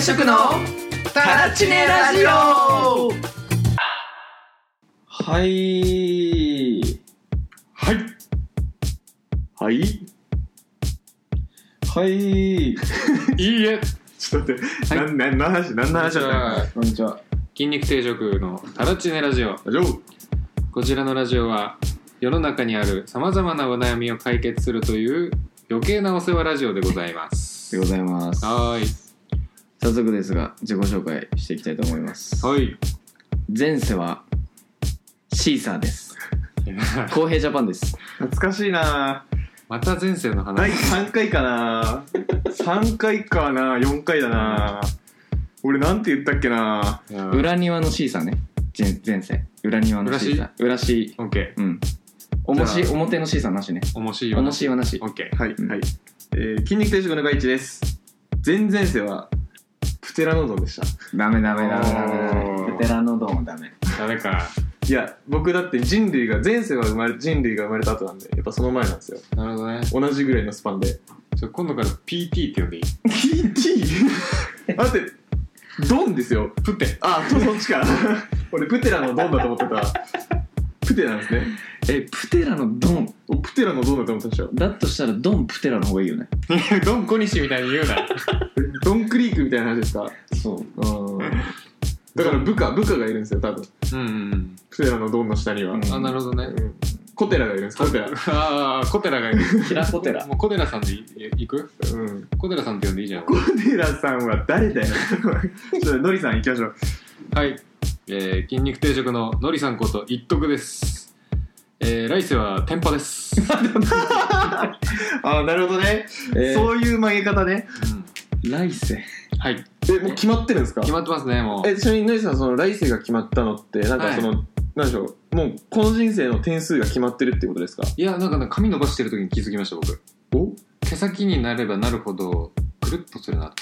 定食のタラチネラジオ。 はいいいえ、ちょっと待って、 はい、 何の話だったこんにちは。 筋肉定食のタラチネラジオ。こちらのラジオは世の中にあるさまざまなお悩みを解決するという余計なお世話ラジオでございます。 でございます。 はい。 早速ですが自己紹介していきたいと思います。 はい。 前世はシーサーです。公平ジャパンです。 懐かしいな。 また前世の話。 第3回かな。3回かな、4回だな。俺なんて言ったっけな。 裏庭のシーサーね。前世裏庭のシーサー。裏シー。 オッケー。 うん。表のシーサーなしね。 面白いはなし。 オッケー。 はい、筋肉定食の外地です。前々世はプテラノドンでした。 ダメ。プテラノドンはダメ。 ダメか。 いや、僕だって前世が生まれた後なんで、やっぱその前なんですよ。 なるほどね。 同じぐらいのスパンで。 今度から PT って呼んでいい？ PT？ 待って、ドンですよ。 プテ。 あ、そっちか。俺プテラのドンだと思ってた。プテなんですね。 プテラのドン。 プテラのドンだと思ってましたよ。 だとしたらドンプテラの方がいいよね。 ドン小西みたいに言うな。 ドンクリークみたいな話ですか？ そう。 だから部下がいるんですよ、多分。プテラのドンの下には。 あ、なるほどね。 コテラがいるんです。コテラ。 ああ、コテラがいる。 キラコテラ。 もうコテラさんで行く？コテラさんって呼んでいいじゃん。 コテラさんは誰だよ。ちょっとノリさん行きましょう。 はい。筋肉定食のノリさんこと一徳です。来世は天パです。 あ、なるほどね。そういう曲げ方ね。 来世。 はい。 もう決まってるんですか？ 決まってますね、もう。 ちなみにノリさん、その来世が決まったのってなんかその、なんでしょう、もうこの人生の点数が決まってるってことですか？ いや、なんか髪伸ばしてる時に気づきました、僕。毛先になればなるほどくるっとするなって。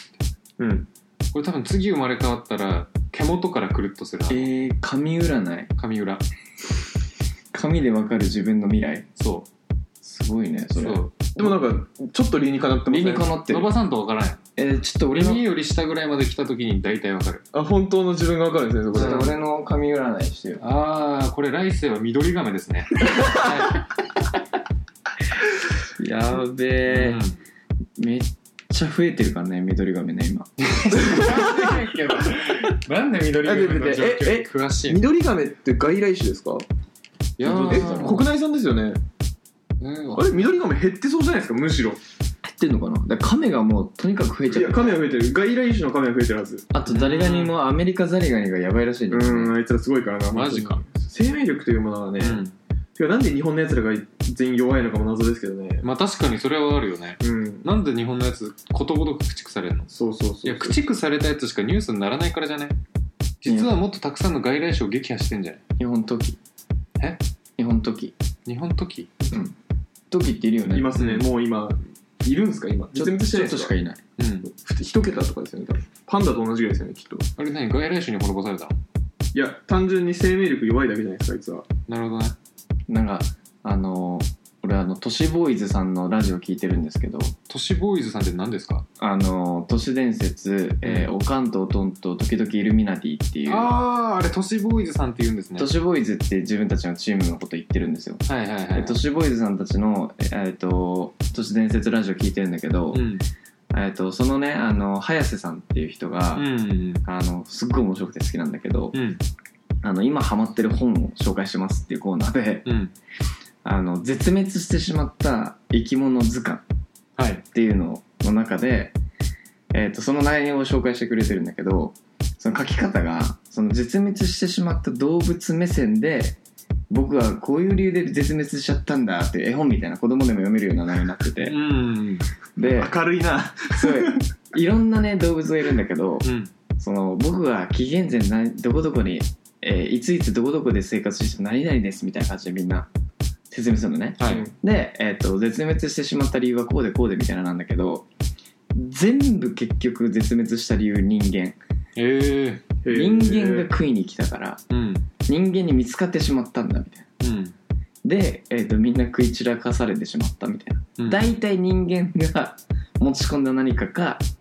これ多分次生まれ変わったら毛元からくるっとするな。 髪占い。 髪裏。 髪で分かる自分の未来。 そう。 すごいね、それ。 でもなんかちょっと理にかなってますね。 理にかなってる。 伸ばさんと分からない。 ちょっと俺の耳より下ぐらいまで来た時に大体分かる。 あ、本当の自分が分かるんですね、そこで。 俺の髪占いしてよ。 これ来世は緑亀ですね。 やべえ、めっちゃ増えてるからね、緑亀ね、今。 なんで緑亀の状況詳しいの？ 緑亀って外来種ですか？ いや国内産ですよね。あれ、緑亀減ってそうじゃないですか、むしろ。 減ってんのかな。だから亀がもうとにかく増えちゃって。 いや、亀は増えてる。外来種の亀は増えてるはず。 あとザリガニもアメリカザリガニがやばいらしいんですね。 あいつらすごいからな。 マジか。 生命力というものはね、てかなんで日本のやつらが全員弱いのかも謎ですけどね。 まあ確かにそれはあるよね。なんで日本のやつことごとく駆逐されるの？ そう。いや、駆逐されたやつしかニュースにならないからじゃね？実はもっとたくさんの外来種を撃破してんじゃない？ 日本トキ。日本トキっているよね。 いますね。もう今いるんですか？今絶滅してないですか？ ちょっとしかいない。 一桁とかですよね、多分。パンダと同じぐらいですよね、きっと。 あれ何？外来種に滅ぼされたの？ いや、単純に生命力弱いだけじゃないですか、あいつは。 なるほどね。 なんか俺都市ボーイズさんのラジオ聞いてるんですけど。 都市ボーイズさんって何ですか？ 都市伝説、おかんとおとんと時々イルミナティっていう。 あれ都市ボーイズさんって言うんですね。 都市ボーイズって自分たちのチームのこと言ってるんですよ。都市ボーイズさんたちの都市伝説ラジオ聞いてるんだけど、そのね早瀬さんっていう人が、すっごい面白くて好きなんだけど、今ハマってる本を紹介しますっていうコーナーで、絶滅してしまった生き物図鑑っていうのの中で、その内容を紹介してくれてるんだけど、その書き方がその絶滅してしまった動物目線で、僕はこういう理由で絶滅しちゃったんだって絵本みたいな子供でも読めるような内容になってて、で明るいな。 そういろんなね動物がいるんだけど、その僕が紀元前どこどこに、いついつどこどこで生活して何々ですみたいな感じでみんな説明するのね。で、絶滅してしまった理由はこうでこうでみたいななんだけど、全部結局絶滅した理由人間。人間が食いに来たから、人間に見つかってしまったんだみたいな。で、みんな食い散らかされてしまったみたいな。大体人間が持ち込んだ何かか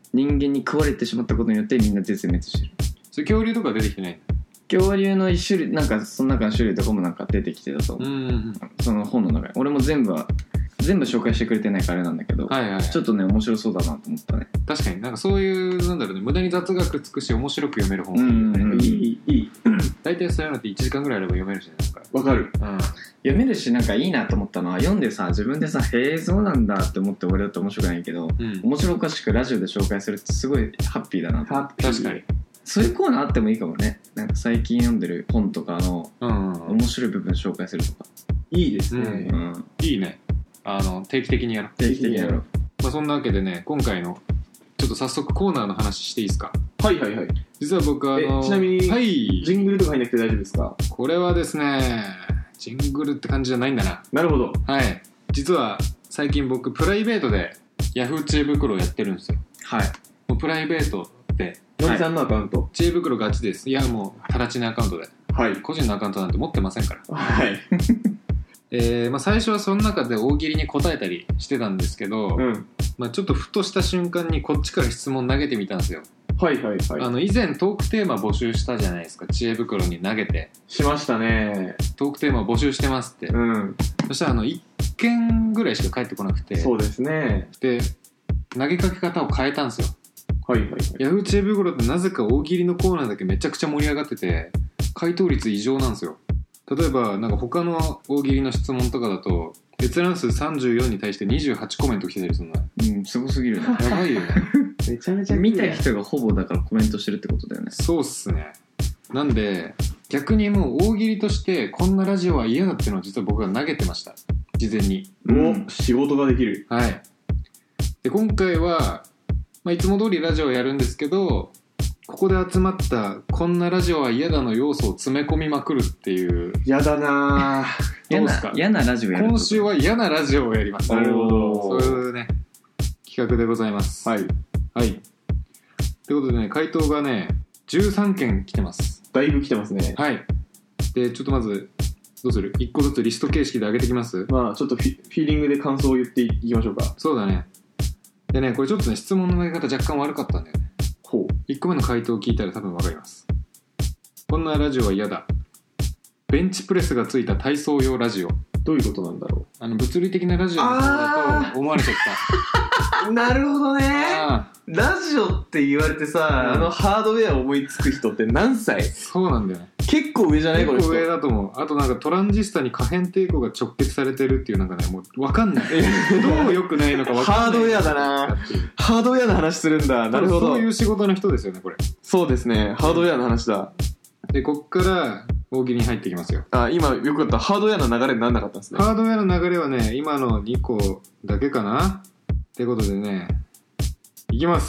人間に食われてしまったことによってみんな絶滅してる。 それ恐竜とか出てきてない？ 恐竜の一種類なんかその中の種類とかもなんか出てきてたと思う。その本の中に俺も全部紹介してくれてないからあれなんだけど、はいはい、ちょっとね面白そうだなと思ったね。 確かになんかそういうなんだろうね、無駄に雑学つくし面白く読める本いい大体そういうのって1時間ぐらいあれば読めるしね。なんかわかる、 読めるしなんかいいなと思ったのは読んでさ自分でさへえそうなんだって思って終わりだと面白くないけど、面白おかしくラジオで紹介するってすごいハッピーだなと。 確かにそういうコーナーあってもいいかもね。なんか最近読んでる本とかの面白い部分紹介するとか、 いいですね、 いいね。定期的にやろう。 定期的にやろう。 まあ、そんなわけでね、今回のちょっと早速コーナーの話していいですか？ はいはいはい。 実は僕ちなみに、 はい、 ジングルとか入んなくて大丈夫ですか？ これはですね、ジングルって感じじゃないんだな。 なるほど。 はい。実は最近僕プライベートでヤフー知恵袋をやってるんですよ。 はい。 もうプライベートでのりさんのアカウント、 知恵袋ガチです。いやもうタラチネアカウントで、はい、個人のアカウントなんて持ってませんから。 はいまあ、最初はその中で大喜利に答えたりしてたんですけど、まあ、ちょっとふとした瞬間にこっちから質問投げてみたんですよ。 はいはいはい。 以前トークテーマ募集したじゃないですか。知恵袋に投げてしましたね。 トークテーマ募集してますって、そしたら1件ぐらいしか返ってこなくて。 そうですね。 で投げかけ方を変えたんですよ。 はいはいはい。 ヤフー知恵袋ってなぜか大喜利のコーナーだけめちゃくちゃ盛り上がってて回答率異常なんですよ。例えばなんか他の大喜利の質問とかだと閲覧数34に対して28コメント来てたりするの。 すごすぎるね。 やばいよね。 めちゃめちゃ見た人がほぼだからコメントしてるってことだよね。 そうっすね。なんで逆にもう大喜利としてこんなラジオは嫌だっていうのを実は僕が投げてました、事前に。 仕事ができる。 はい。で今回は、まあ、いつも通りラジオをやるんですけど、ここで集まったこんなラジオは嫌だの要素を詰め込みまくるっていう。 嫌だなどうですか？ 嫌なラジオやる。 今週は嫌なラジオをやります。 なるほど。 そういうね企画でございます。 はいはいということでね、回答がね13件来てます。 だいぶ来てますね。 はい。でちょっとまずどうする？1個ずつリスト形式で上げてきます？ まあちょっとフィーリングで感想を言っていきましょうか。 そうだね。でねこれちょっとね質問の投げ方若干悪かったんだよね。 ほう。 1個目の回答を聞いたら多分分かります。こんなラジオは嫌だ。ベンチプレスがついた体操用ラジオ。 どういうことなんだろう。物理的なラジオの方だと思われちゃったなるほどね。ラジオって言われてさ、ハードウェア思いつく人って何歳？ そうなんだよね。 結構上じゃない？ 結構上だと思う。あとなんかトランジスタに可変抵抗が直結されてるっていうなんかね、もう分かんないどう良くないのか分かんないハードウェアだな。ハードウェアの話するんだ。なるほど。 そういう仕事の人ですよねこれ。 そうですね、ハードウェアの話だ。 でこっから大喜利に入ってきますよ。 今よくあったハードウェアの流れにならなかったんですね。 ハードウェアの流れはね今の2個だけかなってことでね、いきます。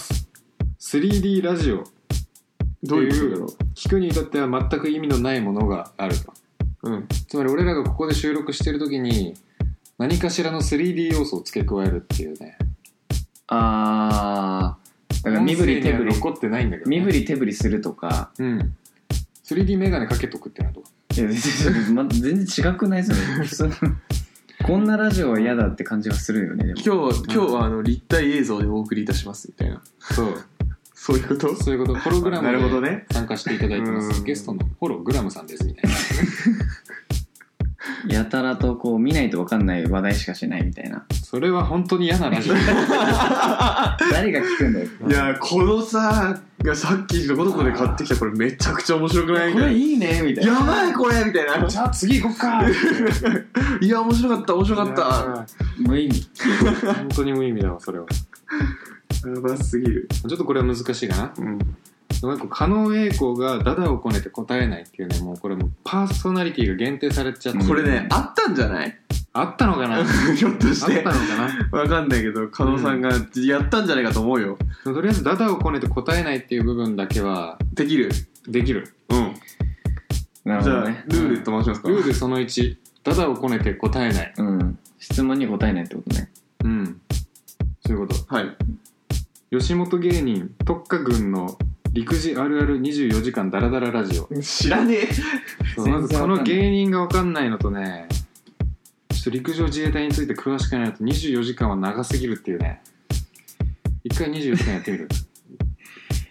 3D ラジオ。 どういうことだろう。 聞くに至っては全く意味のないものがあると、つまり俺らがここで収録してる時に何かしらの 3D 要素を付け加えるっていうね。 だから身振り手振り残ってないんだけど、 身振り手振りするとか、 3D メガネかけとくってのはどう？ いや全然違くないですよねこんなラジオは嫌だって感じがするよね。でも今日は立体映像でお送りいたしますみたいな。そういうこと？ そういうこと。ホログラムで参加していただいてます。ゲストのホログラムさんですみたいなやたらとこう見ないと分かんない話題しかしないみたいな。 それは本当に嫌なラジオ誰が聞くんだよ。 いやこのさっきどこどこで買ってきたこれめちゃくちゃ面白くない？ これいいねみたいな。 やばいこれみたいな。 じゃあ次行こっかいや面白かった無意味。 本当に無意味だわそれは。 やばすぎる。 ちょっとこれは難しいかな。加納栄光がダダをこねて答えないっていうね、もうこれもパーソナリティが限定されちゃって、 これねあったんじゃない？ あったのかなひょっとしてあったのかな、 わかんないけど加納さんがやったんじゃないかと思うよ。 とりあえずダダをこねて答えないっていう部分だけはできる。 なるほどね。 じゃあルールと申しますか。 ルールその1、ダダをこねて答えない。 質問に答えないってことね。 そういうこと。 はい。 吉本芸人特化軍の陸自あるある24時間ダラダララジオ。 知らねえ。 まずこの芸人が分かんないのとね、ちょっと陸上自衛隊について詳しくないのと24時間は長すぎるっていうね。一回24時間やってみる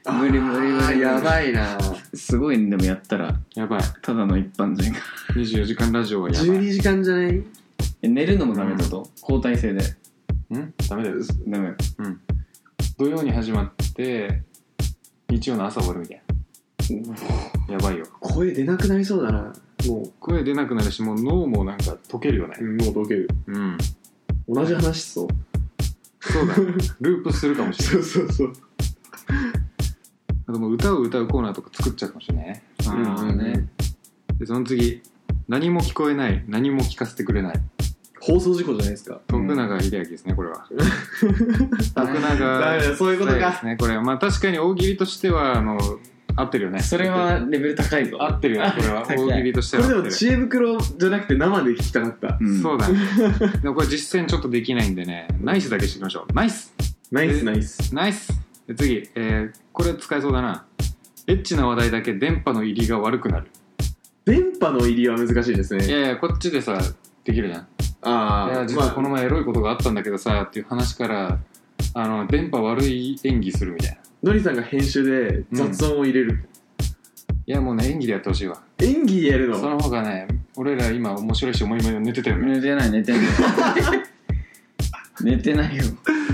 無理無理無理。 やばいな。 すごいね、でもやったらやばい。 ただの一般人が 24時間ラジオはやばい。 12時間じゃない？ 寝るのもダメだと、交代制で。 ダメだよ。 ダメ。 土曜に始まって日曜の朝終わるみたいな。やばいよ。 声出なくなりそうだな。もう声出なくなるし、もう脳もなんか溶けるよね。 もう溶ける。同じ話しそう。 そうだ、ループするかもしれない。 そうあともう歌を歌うコーナーとか作っちゃうかもしれないね。でその次、何も聞こえない、何も聞かせてくれない。 放送事故じゃないですか。 徳永英明ですね、これは。徳永、 そういうことか。 ですね、これは。まあ確かに大喜利としては合ってるよね。 それはレベル高いぞ。 合ってるよね、これは。大喜利としては。 これでも知恵袋じゃなくて生で聞きたかった。 そうだね。でもこれ実践ちょっとできないんでね、ナイスだけしていきましょう。ナイスナイスナイスナイス。で次、これ使えそうだな。エッチな話題だけ電波の入りが悪くなる。 電波の入りは難しいですね。 いやいや、こっちでさ、できるじゃん。 ああ、 いや実はこの前エロいことがあったんだけどさ、っていう話から電波悪い演技するみたいな。 のりさんが編集で雑音を入れる。 いやもうね、演技でやってほしいわ。 演技でやるの？ その方がね、俺ら今面白いし、思い寝てたよね。 寝てない寝てない寝てないよ。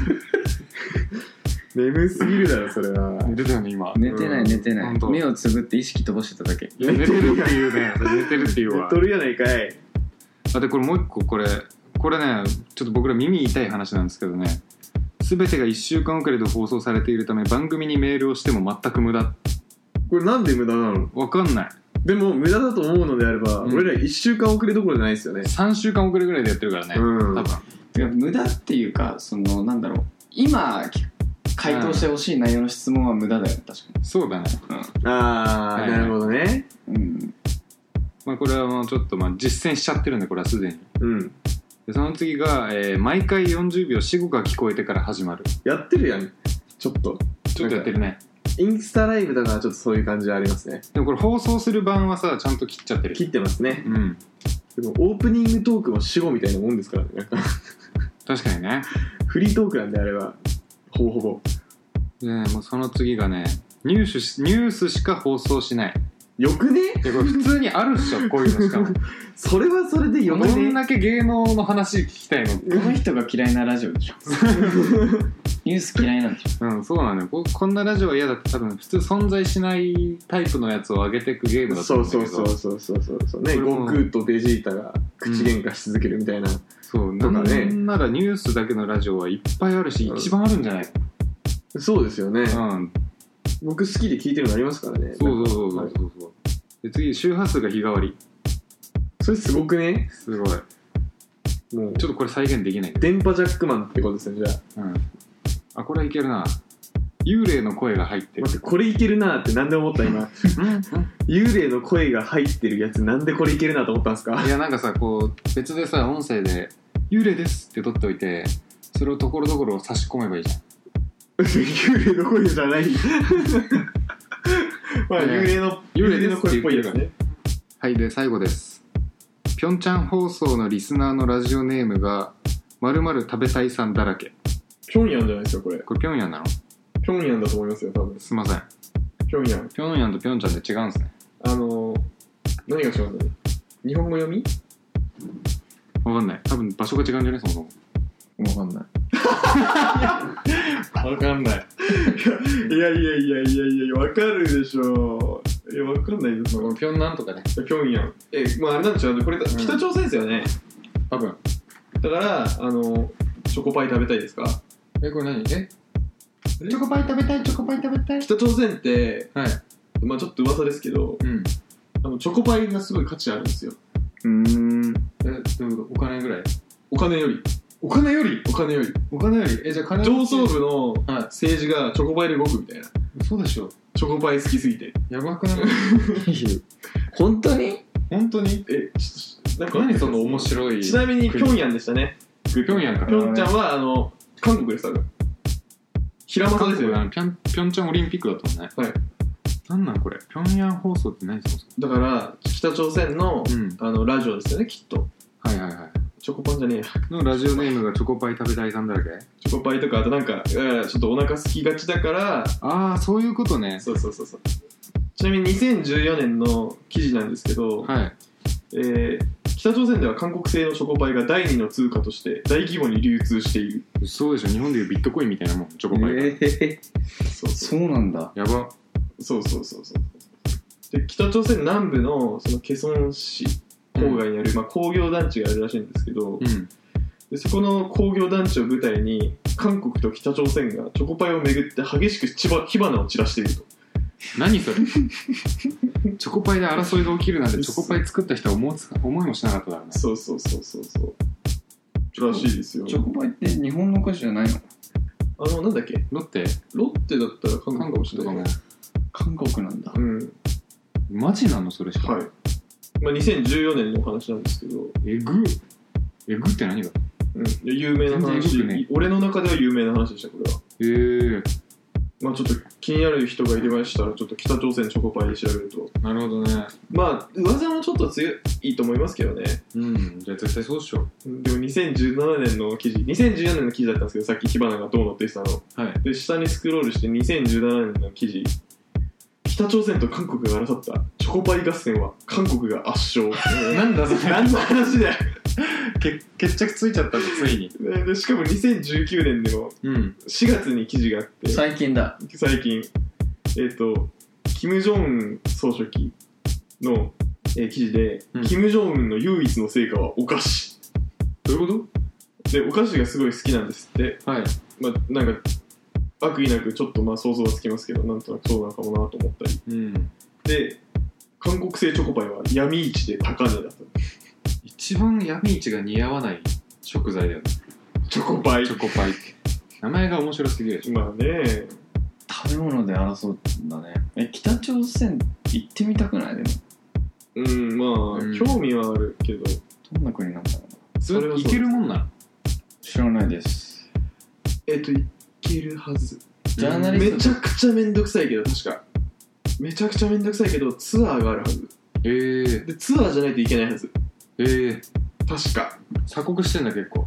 眠すぎるだろそれは。 寝てたよね今。 寝てない寝てない。目をつぶって意識飛ばしてただけ。 寝てるっていうね。寝てるっていうわ。 寝とるやないかい。 でこれもう一個、これね、ちょっと僕ら耳痛い話なんですけどね、全てが1週間遅れで放送されているため番組にメールをしても全く無駄。 これなんで無駄なの？ わかんない。 でも無駄だと思うのであれば、俺ら1週間遅れどころじゃないですよね。 3週間遅れぐらいでやってるからね、多分。 無駄っていうか、なんだろう、今回答してほしい内容の質問は無駄だよね、確かに。 そうだね。 ああ、なるほどね。 まあこれはもうちょっと実践しちゃってるんで、これはすでに。でその次が、毎回40秒死語が聞こえてから始まる。 やってるやん。ちょっとやってるね。 インスタライブだからちょっとそういう感じはありますね。 でもこれ放送する版はさ、ちゃんと切っちゃってる。 切ってますね。でもオープニングトークは死語みたいなもんですからね。 確かにね。フリートークなんであればほぼ。 でもうその次がね、ニュースしか放送しない。 よくね？ これ普通にあるっしょ、こういうのしかも。 それはそれでよくね？ どんだけ芸能の話聞きたいの？ この人が嫌いなラジオでしょ。ニュース嫌いなんでしょ。 そうなのよ。こんなラジオは嫌だって、多分普通存在しないタイプのやつを上げていくゲームだと思うんだけど。 そうね、悟空とベジータが口喧嘩し続けるみたいな。 そうなんならニュースだけのラジオはいっぱいあるし、一番あるんじゃないの？そうですよね。僕好きで聞いてるのありますからね。 そうで次、周波数が日替わり。 それすごくね？ すごい。もうちょっとこれ再現できない。 電波ジャックマンってことですね、じゃあ。これいけるな。幽霊の声が入ってる。 待って、これいけるなってなんで思った今。幽霊の声が入ってるやつなんでこれいけるなと思ったんですか？ いや、なんかさ、こう別でさ、音声で幽霊ですって取っておいて、それをところどころ差し込めばいいじゃん。 幽霊の声じゃない。まあ幽霊の声っぽいですね。 はい、で最後です。ピョンチャン放送のリスナーのラジオネームが〇〇食べたいさんだらけ。 ピョンヤンじゃないですか、これ。 これピョンヤンなの？ ピョンヤンだと思いますよ、多分。 すいません。 ピョンヤン。 ピョンヤンとピョンチャンで違うんですね。 何が違うんだろう。日本語読み？ わかんない。多分場所が違うんじゃない？そもそも。 わかんない。 わかんない。 いや、わかるでしょ。いや、わかんないです。 ピョンなんとかね。 ピョンヤン。まああれなんでしょうね。これ、北朝鮮ですよね。 多分。 だから、チョコパイ食べたいですか？ これ何？チョコパイ食べたい、チョコパイ食べたい。 北朝鮮って、 はい。 まあちょっと噂ですけど、チョコパイがすごい価値あるんですよ。 どういうこと？お金ぐらい？ お金より。じゃあ上層部の政治がチョコパイで動くみたいな。 そうでしょ。 チョコパイ好きすぎて。 やばくない？ 本当に？ 本当に？なんか何その面白い。 ちなみにピョンヤンでしたね。 ピョンヤンか。 ピョンチャンは韓国です多分。平正ですよ。 ピョンチャンオリンピックだったもんね。 はい。 なんなんこれ？ピョンヤン放送って何そもそも？ だから北朝鮮のラジオですよね、きっと。 はい。 チョコパンじゃねえやのラジオネームがチョコパイ食べたいさんだらけ。 チョコパイとか、あとなんかちょっとお腹空きがちだから。 ああ、そういうことね。 そう。ちなみに2014年の記事なんですけど、 はい。 北朝鮮では韓国製のチョコパイが第2の通貨として大規模に流通している。 そうでしょ、日本でいうビットコインみたいなもん、チョコパイが。 そうなんだ。 やば。 そうで、北朝鮮南部のそのケソン市郊外にある、工業団地があるらしいんですけど、でそこの工業団地を舞台に韓国と北朝鮮がチョコパイをめぐって激しく火花を散らしていると。 何それチョコパイで争いが起きるなんてチョコパイ作った人は思いもしなかっただろうね。 そうらしいですよ。 チョコパイって日本のお菓子じゃないの？ なんだっけ、 ロッテだったら韓国とかも。 韓国なんだ。 マジなのそれしか。 はい。2014年のお話なんですけど。 えぐって何が？ 有名な話、ね、俺の中では有名な話でした、これは。ちょっと気になる人がいれましたら、ちょっと北朝鮮チョコパイで調べると。 なるほどね。 噂もちょっと強いと思いますけどね。 じゃあ絶対そうっしょ。 でも2017年の記事だったんですけど、さっき火花がどうのって言ってたの。 はい。 で、下にスクロールして2017年の記事。北朝鮮と韓国が争ったチョコパイ合戦は韓国が圧勝。 なんだそれ。 何の話だよ。 決着ついちゃったんだ、ついに。 でしかも2019年でも4月に記事があって、 最近キム・ジョンウン総書記の、記事で、キム・ジョンウンの唯一の成果はお菓子。 どういうこと？で、お菓子がすごい好きなんですって。 はい。 なんか悪意なくちょっと想像はつきますけど、なんとなくそうなのかもなと思ったり。で、韓国製チョコパイは闇市で高値だと。 一番闇市が似合わない食材だよね。 チョコパイ。 名前が面白すぎるでしょ。 食べ物で争うんだね。北朝鮮行ってみたくない？でも興味はあるけど、 どんな国なんだろうな。 それ行けるもんなの？ 知らないです。 行けるはず。 ジャーナリストめちゃくちゃめんどくさいけど、確かめちゃくちゃめんどくさいけどツアーがあるはず。でツアーじゃないといけないはず。確か鎖国してんだ結構。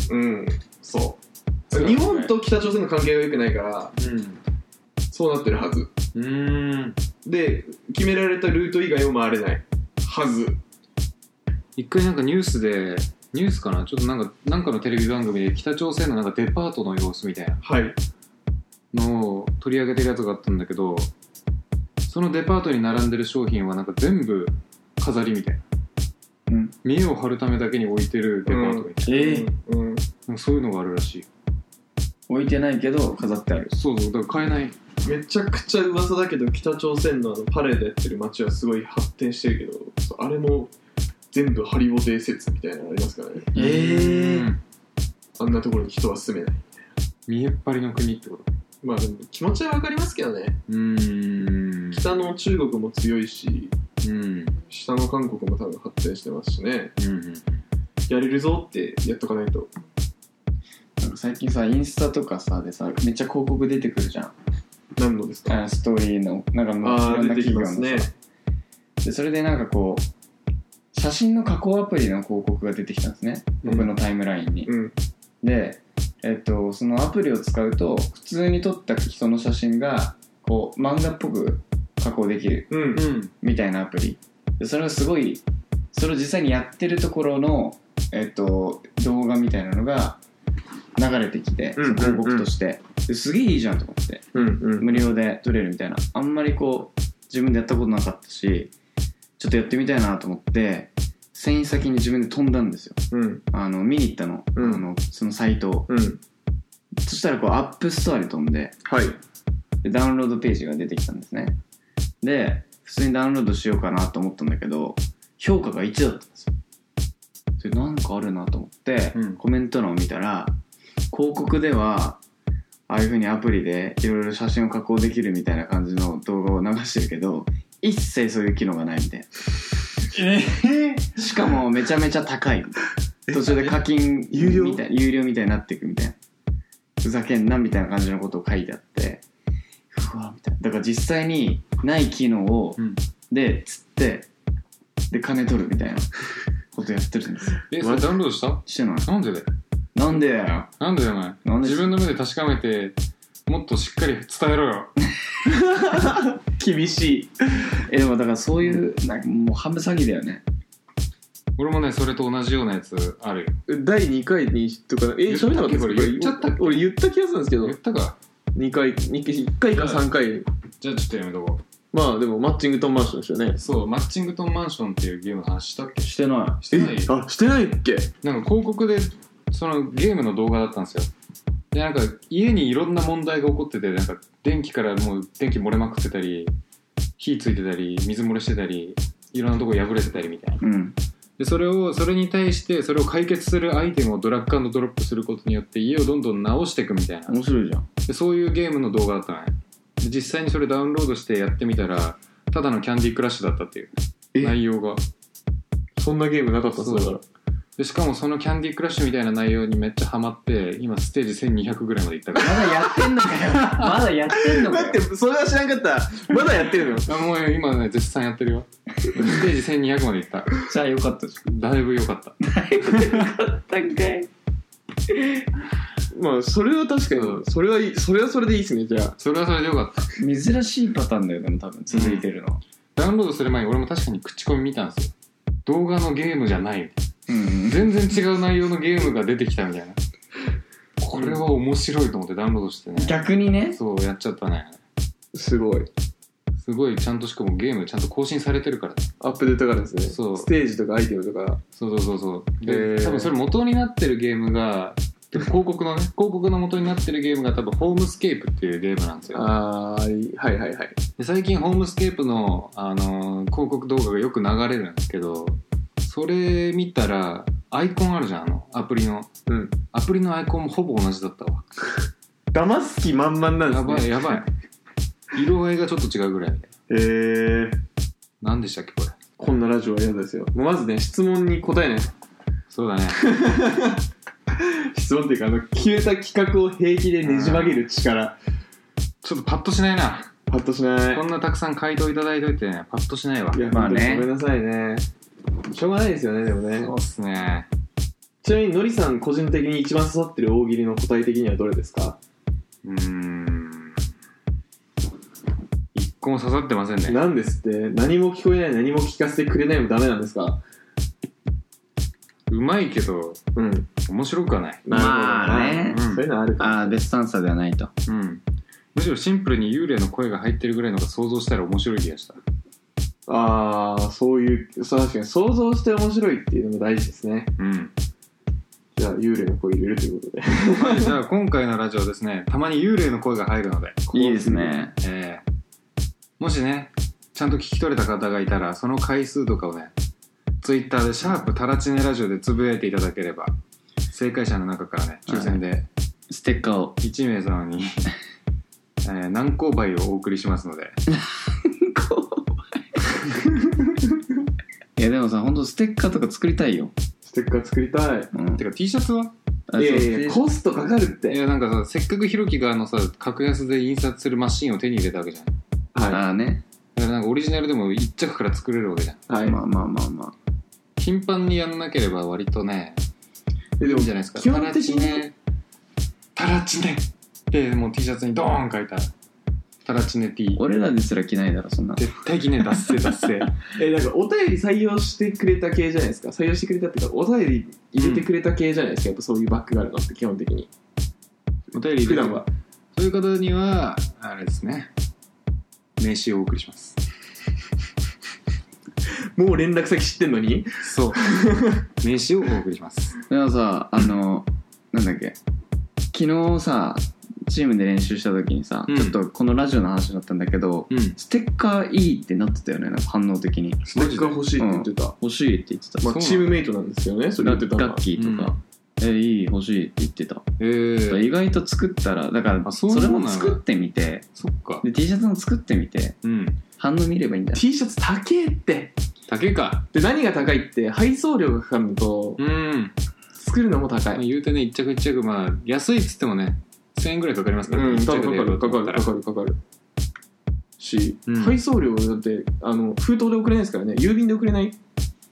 そう日本と北朝鮮の関係が良くないから、そうなってるはず。で決められたルート以外を回れないはず。 一回なんかニュースかな、ちょっとなんかのテレビ番組で北朝鮮のなんかデパートの様子みたいなのを取り上げてるやつがあったんだけど、そのデパートに並んでる商品はなんか全部飾りみたいな、見栄を張るためだけに置いてるデパートみたいな、そういうのがあるらしい。 置いてないけど飾ってある。 そうだから買えない。 めちゃくちゃ噂だけど、北朝鮮のパレードやってる街はすごい発展してるけど、あれも全部ハリボテ説みたいなのありますからね。あんなところに人は住めないみたいな。 見えっ張りの国ってこと。 でも気持ちはわかりますけどね。北の中国も強いし、下の韓国も多分発展してますしね。やれるぞってやっとかないと。 なんか最近さ、インスタとかさでさ、めっちゃ広告出てくるじゃん。 何のですか？ ストーリーのなんかいろんな企業のさ、でそれでなんかこう写真の加工アプリの広告が出てきたんですね、僕のタイムラインに。で、そのアプリを使うと普通に撮った人の写真がこう漫画っぽく加工できるみたいなアプリで、それはすごい、それを実際にやってるところの、動画みたいなのが流れてきて、広告としてすげえいいじゃんと思って、無料で撮れるみたいな。あんまりこう自分でやったことなかったし、ちょっとやってみたいなと思って遷移先に自分で飛んだんですよ。見に行ったの、そのサイトを。そしたらこうアップストアに飛んで、でダウンロードページが出てきたんですね。で普通にダウンロードしようかなと思ったんだけど、評価が1だったんですよ。それなんかあるなと思って、コメント欄を見たら、広告ではああいう風にアプリでいろいろ写真を加工できるみたいな感じの動画を流してるけど、一切そういう機能がないみたいな。しかもめちゃめちゃ高い。途中で課金有料みたいになっていくみたいな。ふざけんなみたいな感じのことを書いてあって、うわみたいな。だから実際にない機能を、で釣ってで金取るみたいな。 ことやってるんですよ。 それダウンロードした？ してない。 なんでだよ。 なんでだよ。 なんでだよお前。自分の目で確かめてもっとしっかり伝えろよ。 厳しい。 でもだからそういうなんかもう半分詐欺だよね。 俺もねそれと同じようなやつあるよ。 第2回にとか喋ったっけ？これ言っちゃったっけ？ 俺言った気がするんですけど。 言ったか。 1回か3回。 じゃあちょっとやめとこう。 まあでもマッチングトンマンションですよね。 そう、マッチングトンマンションっていうゲームの話したっけ？ してない。 してない。 あ、してないっけ？ なんか広告でそのゲームの動画だったんですよ。でなんか家にいろんな問題が起こってて、なんか電気からもう電気漏れまくってたり、火ついてたり、水漏れしてたり、いろんなとこ破れてたりみたいな。 うん。 でそれに対してそれを解決するアイテムをドラッグ&ドロップすることによって家をどんどん直していくみたいな。 面白いじゃん。 でそういうゲームの動画だったのね。で実際にそれダウンロードしてやってみたらただのキャンディークラッシュだったっていう内容が。 そんなゲームなかったっすだから。 でしかもそのキャンディークラッシュみたいな内容にめっちゃハマって今ステージ1200ぐらいまでいったから。 まだやってんのかよ。まだやってんのかよ。 だってそれは知らんかった。まだやってるの？ もう今ね絶賛やってるよ。ステージ1200までいった。 じゃあよかったじゃん。 だいぶよかった。 だいぶよかったんかい。 まあそれは確かに、それはそれでいいっすね。じゃあそれはそれでよかった。 珍しいパターンだよでも多分続いてるの、 ダウンロードする前に俺も確かに口コミ見たんですよ。動画のゲームじゃないみたいな。全然違う内容のゲームが出てきたみたいな。これは面白いと思ってダウンロードしてね。 逆にね。 そうやっちゃったね。 すごいちゃんとしかもゲームちゃんと更新されてるからね。 アップデートがあるんですね。 そうステージとかアイテムとか。 そうで多分それ元になってるゲームが広告の元になってるゲームが多分ホームスケープっていうゲームなんですよ。 はいで最近ホームスケープの、広告動画がよく流れるんですけど、それ見たらアイコンあるじゃん、アプリの、アプリのアイコンもほぼ同じだったわ。 騙す気満々なんですね。 やばい色合いがちょっと違うぐらいみたいな。何でしたっけこれ。 こんなラジオは嫌ですよ。まずね質問に答えない。 そうだね。 質問っていうか消えた企画を平気でねじ曲げる力。 ちょっとパッとしないな。 パッとしない。 こんなたくさん回答いただいといてね、パッとしないわ。 いやまあね、ごめんなさいね。しょうがないですよね。でもね。 そうっすね。 ちなみにのりさん個人的に一番刺さってる大喜利の答え的にはどれですか？ 一個も刺さってませんね。 なんですって。何も聞こえない、何も聞かせてくれないもダメなんですか？ うまいけど、面白くはない。 まあね、 そういうのあるから。ベストアンサーではないと。 むしろシンプルに幽霊の声が入ってるぐらいのが想像したら面白い気がした。 そういう確かに想像して面白いっていうのも大事ですね。じゃあ幽霊の声入れるということで。 はい、じゃあ今回のラジオですね、たまに幽霊の声が入るので。 いいですね。 もしねちゃんと聞き取れた方がいたらその回数とかをねツイッターでシャープタラチネラジオでつぶやいていただければ正解者の中からね抽選でステッカーを 1名様に何個倍をお送りしますので。 いやでもさ、ほんとステッカーとか作りたいよ。 ステッカー作りたい。 てか T シャツは？ いやコストかかるって。 いやなんかさ、せっかくひろきが格安で印刷するマシンを手に入れたわけじゃん。 ああね。 だからなんかオリジナルでも一着から作れるわけじゃん。 はい。まあ。 頻繁にやんなければ割とね、いいんじゃないですか。 基本的にタラチネでもう T シャツにドーン書いたタラチネ T。 俺らですら着ないだろそんな。 絶対着ねえ。ダッセなんかお便り採用してくれた系じゃないですか。採用してくれたっていうかお便り入れてくれた系じゃないですか。やっぱそういうバッグがあるのって基本的に。 お便り普段はそういう方にはあれですね。名刺をお送りします。 もう連絡先知ってんのに？ そう。名刺をお送りします。 でもさ、なんだっけ、昨日さチームで練習した時にさ、ちょっとこのラジオの話だったんだけど、ステッカーいいってなってたよね、なんか反応的に。 ステッカー欲しいって言ってた。 欲しいって言ってた。 まあチームメイトなんですよね。それ言ってたのはラッキーとか、いい欲しいって言ってた。意外と作ったら、だからそれも作ってみて、 そっか。 で T シャツも作ってみて、反応見ればいいんだよ。 T シャツ高えって。 高えか。 で何が高いって配送料がかかるのと、作るのも高い。 言うてね、一着一着まあ安いっつってもね1000円ぐらいかかりますからね。 かかるし、配送料だって封筒で送れないですからね。郵便で送れない。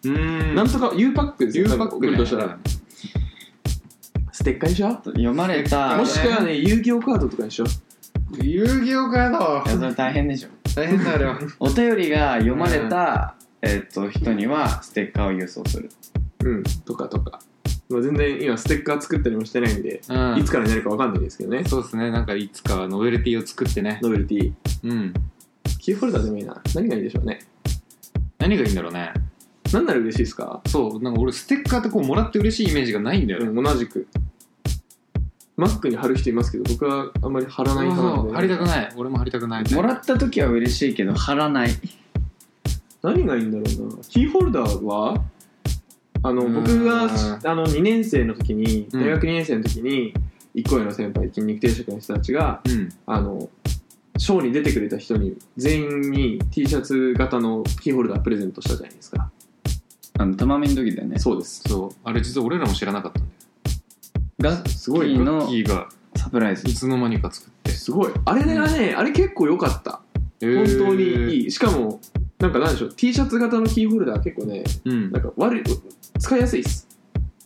なんとか U パックですよ。 U パック、 送るとしたらステッカーにしよう。 読まれた、 もしくはね遊戯王カードとかにしよう。 遊戯王カード。 いやそれ大変でしょ。 大変だよ。 お便りが読まれた、人にはステッカーを郵送する。 とか、まあ、全然今ステッカー作ったりもしてないんで、いつからになるか分かんないですけどね。 そうですね。なんかいつかはノベルティを作ってね。 ノベルティ。キーホルダーでもいいな。何がいいでしょうね。 何がいいんだろうね。 何なら嬉しいですか？ そう、なんか俺ステッカーってこうもらって嬉しいイメージがないんだよね。 同じく。マックに貼る人いますけど、僕はあんまり貼らない派なんで、 貼りたくない。俺も貼りたくない。 もらった時は嬉しいけど貼らない。 何がいいんだろうな。キーホルダーは僕が2年生の時に、大学2年生の時に1個上の先輩、筋肉定食の人たちが、ショーに出てくれた人に全員に T シャツ型のキーホルダープレゼントしたじゃないですか。 たまみの時だよね。 そうです。 そう、あれ実は俺らも知らなかったんだよ。 ガッキーのガッキーがサプライズいつの間にか作って、 すごい。あれがね、あれ結構良かった。本当にいい。しかもなんかなんでしょう、 T シャツ型のキーホルダー結構ね、なんか使いやすいっす。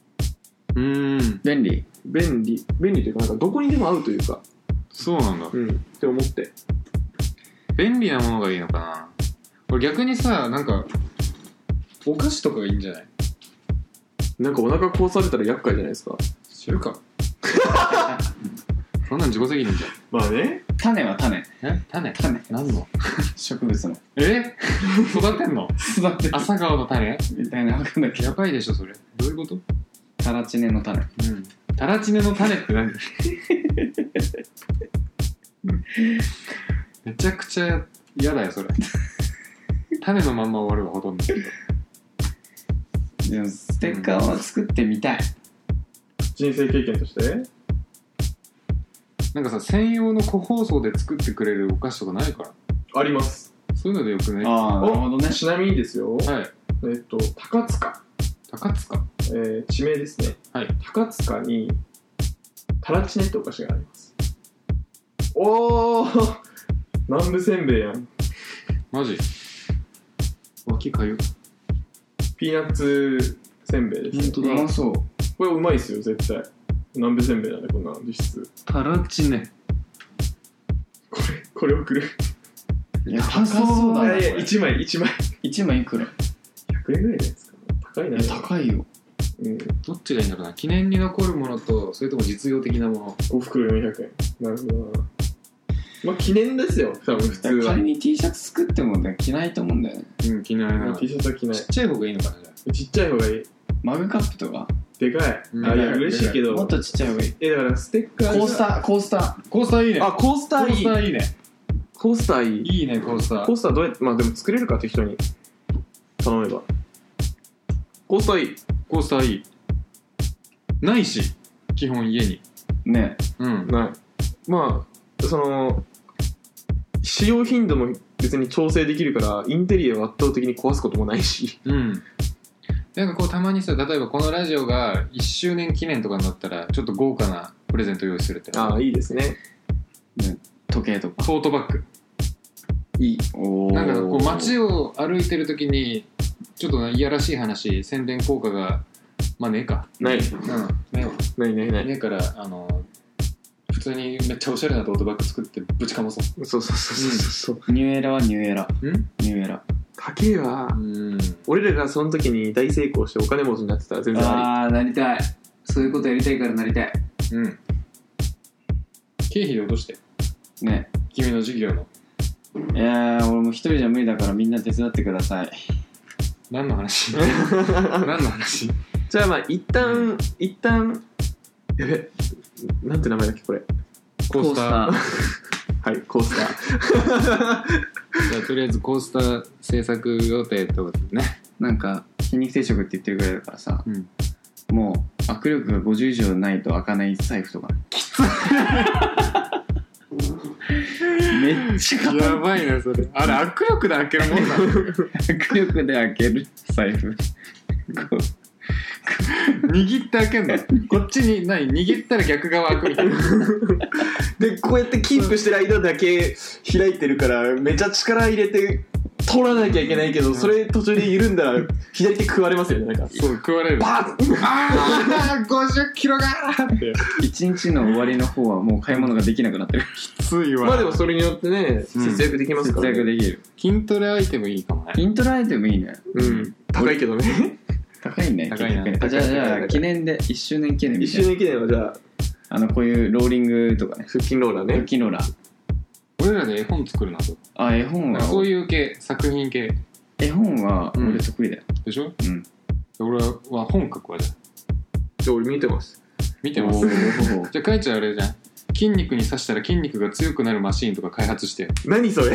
便利というか、なんかどこにでも合うというか。 そうなんだ。 って思って。 便利なものがいいのかな。俺逆にさ、なんかお菓子とかがいいんじゃない？ なんかお腹壊されたら厄介じゃないですか。 知るか。そんなん自己責任じゃん。 まあね。 種は種。 種何の？ 植物の。 育てんの？ 育てる。 朝顔の種みたいな。わかんないけど。 やばいでしょそれ。どういうこと？ タラチネの種。 タラチネの種って何？めちゃくちゃ嫌だよそれ。種のまんま終わるわほとんど。 でもステッカーは作ってみたい。 人生経験として？ なんかさ、専用の個包装で作ってくれるお菓子とかないから。 あります。 そういうのでよくね。 ああ、なるほどね。 ちなみにですよ。 はい。 高塚。地名ですね。 はい。 高塚にタラチネってお菓子があります。おー、南部せんべいやん。 マジ？脇かゆ。 ピーナッツせんべいです。 本当だ。うまそう。 これうまいっすよ絶対。南部せんべいなんでこんな実質。 タラチネ。 これ送る。 いや高そうだな。 いや1枚 1枚いくら ？100円ぐらいじゃないですか。高いな。 高いよ。 どっちがいいんだろうな。記念に残るものとそれとも実用的なもの。 5袋400円。なるほどな。まあ記念ですよ多分普通は。 仮に T シャツ作っても着ないと思うんだよね。 着ないな。 T シャツは着ない。 ちっちゃい方がいいのかな。じゃあちっちゃい方がいい。 マグカップとかでかい。いや嬉しいけどもっとちっちゃい方がいい。 だからステッカー。 コースターいいね。 あ、コースターいい。 コースターいいね。 コースターいい。 いいねコースター。 コースターどうやってでも作れるか適当に頼めば。コースターいい。 コースターいい。ないし基本家にね。 ない。まあ使用頻度も別に調整できるからインテリアを圧倒的に壊すこともないし。 なんかこうたまにさ、例えばこのラジオが1周年記念とかになったらちょっと豪華なプレゼント用意するって。 いいですね。 時計とかトートバッグいい。 なんかこう街を歩いてる時にちょっといやらしい話、宣伝効果がねえかない。 ないから普通にめっちゃおしゃれなトートバッグ作ってぶちかまそう。 そう。ニューエラはニューエラ高えわ。俺らがその時に大成功してお金持ちになってたら全然あり。 なりたい。そういうことやりたいからなりたい。 経費で落としてね。 君の授業の。 いや俺も一人じゃ無理だからみんな手伝ってください。 何の話？ じゃあ一旦やべ、なんて名前だっけこれ。 コースター。 はい、コースター。 じゃあとりあえずコースター制作予定ってことでね。 なんか筋肉定食って言ってるぐらいだからさ、もう握力が50以上ないと開かない財布とか。きつい。めっちゃやばいねそれ。あれ握力で開けるもんなの？ 握力で開ける財布。 握って開けんの？こっちに握ったら逆側開くみたいな。 でこうやってキープしてる間だけ開いてるからめちゃ力入れて取らなきゃいけないけど、それ途中で緩んだら左手食われますよね。なんかそう食われる。 バッあー50キロがーって一日の終わりの方はもう買い物ができなくなってる。 きついわ。 まあでもそれによってね、節約できますからね。 節約できる。 筋トレアイテムいいかもね。 筋トレアイテムいいね。 高いけどね。 高いね。 高いな。 じゃあ記念で1周年記念みたいな。 1周年記念はじゃあこういうローリングとかね。 腹筋ローラーね。 腹筋ローラー。 俺らで絵本作るなと。 あ、絵本はそういう系、作品系絵本は俺得意だよ。 でしょ。 うん。 俺は本書くわ。じゃあ俺見てます。 じゃあかいちゃんあれじゃん、筋肉に刺したら筋肉が強くなるマシーンとか開発してよ。 何それ。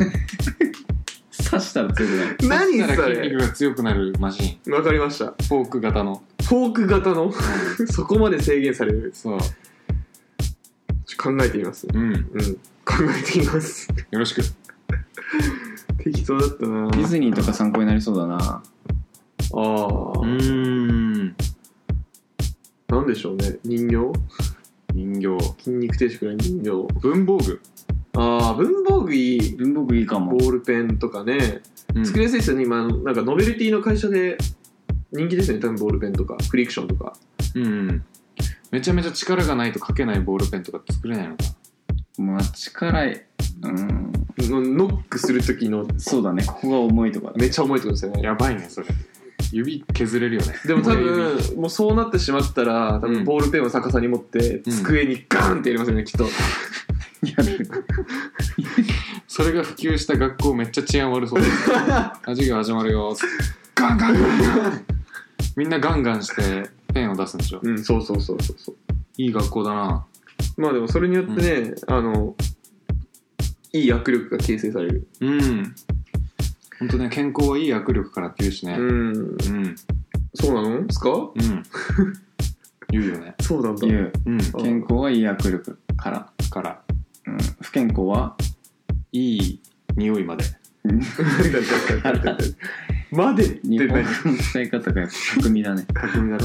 刺したら強くなる。 何刺したそれ。 ら筋肉が強くなるマシーン。 わかりました。 フォーク型の。 フォーク型のそこまで制限される。 そう。 考えてみます。 うん。 考えてみます。 よろしく。 適当だったな。 ディズニーとか参考になりそうだな。 なんでしょうね。人形。筋肉定食の人形。 文房具。 文房具いい。 文房具いいかも。 ボールペンとかね。作りやすいですよね。今なんかノベルティの会社で人気ですよね。多分ボールペンとかフリクションとか。 めちゃめちゃ力がないと書けないボールペンとか作れないのか。 まあ力ノックする時の。 そうだね。ここが重いとか。 めっちゃ重いってことですよね。 やばいねそれ。指削れるよね。 でも多分もうそうなってしまったら多分ボールペンを逆さに持って机にガーンってやりますよね、きっと。 それが普及した学校めっちゃ治安悪そうです。授業始まるよ。ガンガンガンガン。みんなガンガンしてペンを出すんでしょ。 そう。 いい学校だな。 まあでもそれによってね、いい握力が形成される。 ほんとね、健康はいい握力からって言うしね。 そうなのですか？ 言うよね。 そうなんだ。 言う。健康はいい握力から。不健康はいい匂いまで。 までって日本の使い方がやっぱ巧みだね。 巧みだろ。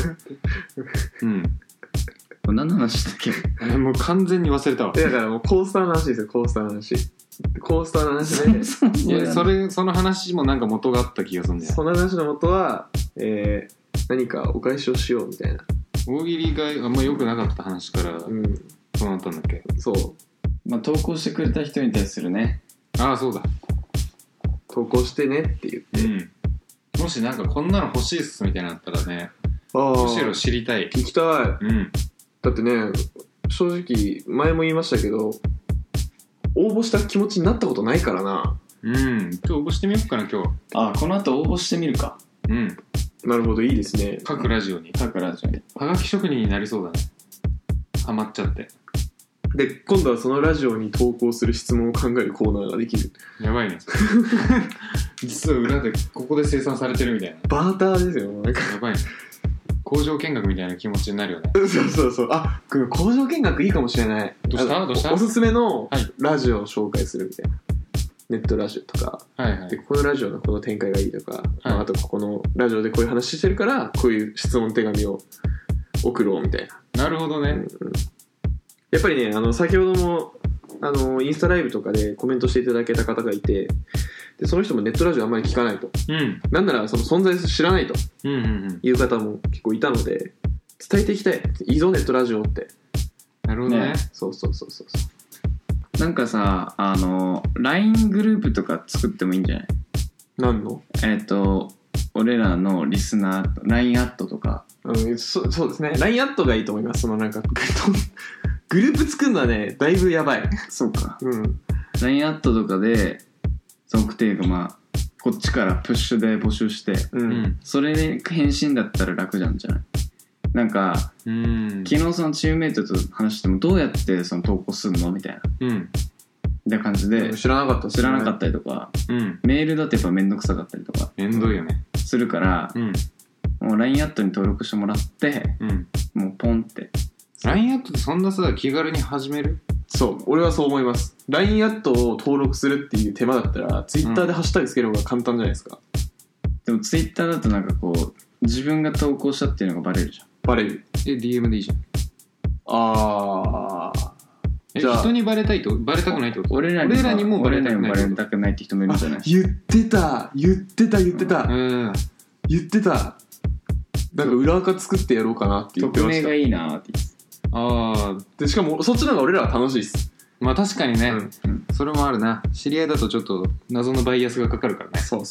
何の話だっけ？ もう完全に忘れたわ。 だからもうコースターの話ですよ。コースターの話ね。 いやその話もなんか元があった気がするんだよ。 その話の元は、何かお返しをしようみたいな。 大喜利があんま良くなかった話からそうなったんだっけ。 そう。 まあ投稿してくれた人に対するね。 そうだ。 投稿してねって言って。 もしなんかこんなの欲しいっすみたいなのあったらね。むしろ知りたい。 聞きたい。だってね、正直前も言いましたけど、応募した気持ちになったことないからな。 今日応募してみようかな今日。 この後応募してみるか。 なるほど、いいですね。 各ラジオに。はがき職人になりそうだね。ハマっちゃって。 で、今度はそのラジオに投稿する質問を考えるコーナーができる。 やばいね。実は裏でここで生産されてるみたいな。 バーターですよ。なんかやばいね。工場見学みたいな気持ちになるよね。 そう。工場見学いいかもしれない。 どうしたおすすめのラジオを紹介するみたいな。ネットラジオとか。で、このラジオのこの展開がいいとか、あとここのラジオでこういう話してるから、こういう質問手紙を送ろうみたいな。 なるほどね。 やっぱりね、先ほどもインスタライブとかでコメントしていただけた方がいて、でその人もネットラジオあんまり聞かないと、なんならその存在知らないという方も結構いたので、伝えていきたい。いいぞネットラジオって。 なるほどね。 そう。 なんかさ、LINE グループとか作ってもいいんじゃない？ 何の？ 俺らのリスナー LINE アットとか。 そうですね。LINE アットがいいと思います。なんかグループ作るのはね、だいぶやばい。 そうか。LINE アットとかで送っていうかこっちからプッシュで募集して、それで返信だったら楽じゃんじゃない？なんか昨日そのチームメイトと話してもどうやってその投稿するのみたいな、みたいな感じで知らなかったりとか、メールだとやっぱめんどくさかったりとかめんどいよねするから、もう LINE アットに登録してもらって、もうポンって LINE アットってそんなさ気軽に始める？ そう、俺はそう思います。 LINE アットを登録するっていう手間だったら Twitter でハッシュタグつける方が簡単じゃないですか。 でも Twitter だとなんかこう自分が投稿したっていうのがバレるじゃん。 バレる。 DM でいいじゃん。 じゃあ人にバレたくないってこと？俺らにもバレたくないって人もいるんじゃない？ 言ってた言ってたなんか裏垢作ってやろうかなって言ってました。 匿名がいいなって言って。 ああ。でしかもそっちの方が俺らは楽しいっす。 まあ確かにね、それもあるな。知り合いだとちょっと謎のバイアスがかかるからね。 そう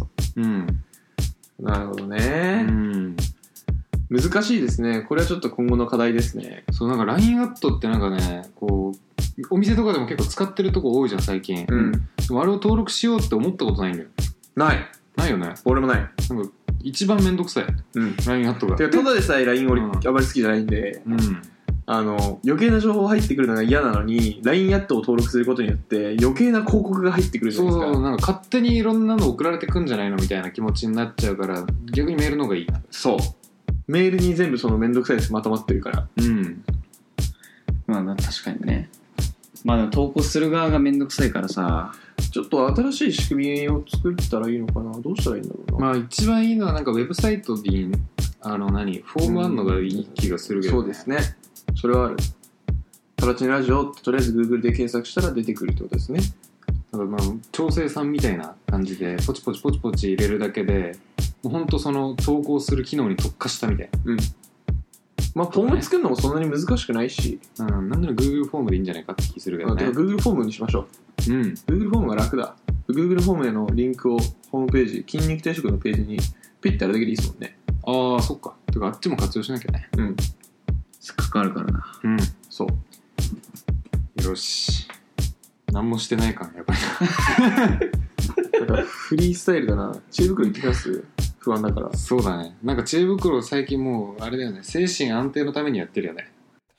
なるほどね。難しいですね。これはちょっと今後の課題ですね。 そうなんか LINE アットってなんかね、こうお店とかでも結構使ってるとこ多いじゃん最近。でもあれを登録しようって思ったことないんだよ。ないよね。 俺もない。 なんか一番めんどくさい。LINE アットが。 てかただでさえ LINE 俺あまり好きじゃないんで。余計な情報入ってくるのが嫌なのに LINE アットを登録することによって余計な広告が入ってくるじゃないですか。 そうなんか勝手にいろんなの送られてくんじゃないのみたいな気持ちになっちゃうから逆にメールの方がいいな。 そうメールに全部そのめんどくさいですまとまってるから。 まあ確かにね。まあでも投稿する側がめんどくさいからさ、 ちょっと新しい仕組みを作ったらいいのかな。どうしたらいいんだろうな。 まあ一番いいのはなんかウェブサイトにフォームあんのがいい気がするけど、 そうですね。それはある。タラチネラジオってとりあえず Google で検索したら出てくるってことですね。 だから調整さんみたいな感じでポチポチ入れるだけでもうほんとその投稿する機能に特化したみたいな。 まあフォーム作るのもそんなに難しくないし、 なんなら Google フォームでいいんじゃないかって気するけどね。 Google フォームにしましょう。Google フォームが楽だ。Google フォームへのリンクをホームページ、筋肉定食のページにピッてあるだけでいいですもんね。 ああそっか。てかあっちも活用しなきゃね。 関わるからな。 そうよし。何もしてない感やっぱりなんかフリースタイルだな。知恵袋行ってきます？不安だから。 そうだね。なんか知恵袋最近もうあれだよね。精神安定のためにやってるよね。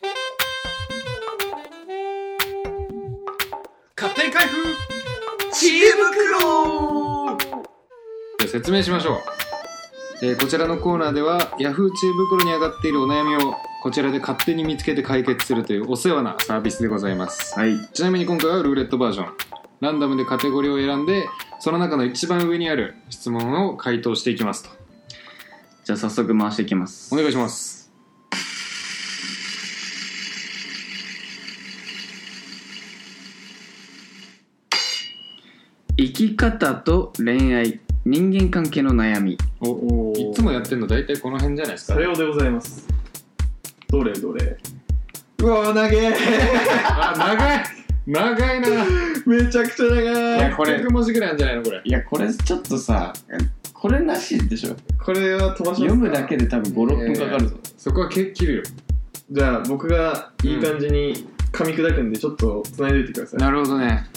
勝手に開封知恵袋。 じゃあ説明しましょう。こちらのコーナーでは Yahoo 知恵袋に上がっているお悩みをこちらで勝手に見つけて解決するというお世話なサービスでございます。ちなみに今回はルーレットバージョン。ランダムでカテゴリーを選んでその中の一番上にある質問を回答していきますと。 じゃあ早速回していきます。 お願いします。 生き方と恋愛、人間関係の悩み。 いつもやってんの大体この辺じゃないですか。 さようでございます。どれうわ長え長いな。めちゃくちゃ長い。 いやこれ100文字ぐらいあるんじゃないのこれ。 いやこれちょっとさ、これなしでしょ。 これは飛ばしますか。 読むだけで多分 5,6 分かかるぞ。 そこは切るよ。 じゃあ僕がいい感じに噛み砕くんでちょっと繋いでおいてください。 なるほどね。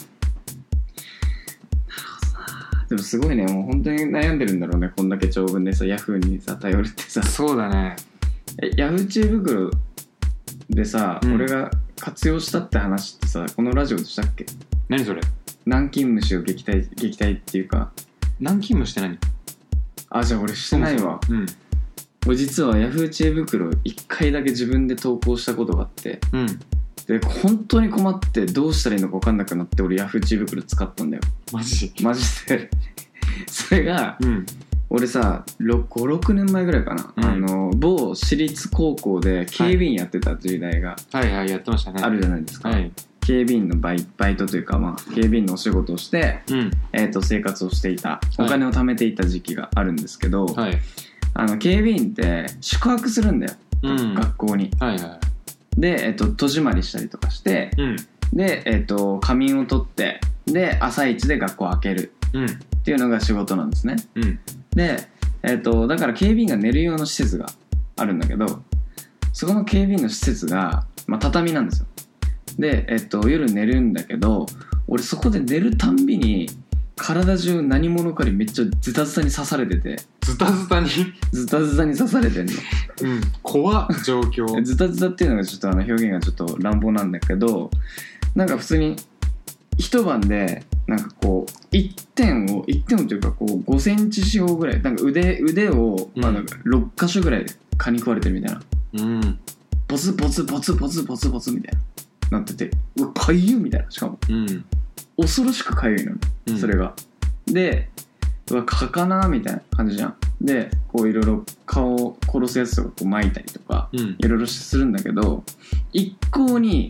でもすごいね。もう本当に悩んでるんだろうね。こんだけ長文でさ、ヤフーにさ頼るってさ。 そうだね。 ヤフー知恵袋でさ、俺が活用したって話ってさ、このラジオでしたっけ？ 何それ？ 南京虫を撃退っていうか。 南京虫って何？ あ、じゃあ俺してないわ。俺実はヤフー知恵袋1回だけ自分で投稿したことがあって、で本当に困ってどうしたらいいのか分かんなくなって俺ヤフー知恵袋使ったんだよ。 マジでそれが、俺さ 5,6 年前ぐらいかな、某私立高校で警備員やってた時代がやってましたね。 あるじゃないですか。警備員のバイトというか、警備員のお仕事をして、生活をしていた、お金を貯めていた時期があるんですけど、警備員って宿泊するんだよ、学校に。で、戸締まりしたりとかして、で、仮眠を取って、で朝一で学校を開けるっていうのが仕事なんですね。で、だから警備員が寝る用の施設があるんだけど、そこの警備員の施設が、畳なんですよ。で、夜寝るんだけど、俺そこで寝るたんびに体中何者かにめっちゃズタズタに刺されてて。 ズタズタに刺されてんの。 怖っ状況。 ズタズタっていうのがちょっと表現がちょっと乱暴なんだけど、なんか普通に一晩でなんかこう一点をというかこう5センチ四方ぐらい、なんか腕をなんか6箇所ぐらい蚊に食われてるみたいな。ボツボツボツボツボツボツみたいななってて、うわかゆいみたいな。しかも、恐ろしくかゆいの、それが。で、うわ蚊かなみたいな感じじゃん。でこういろいろ蚊を殺すやつとかこう撒いたりとかいろいろするんだけど、一向に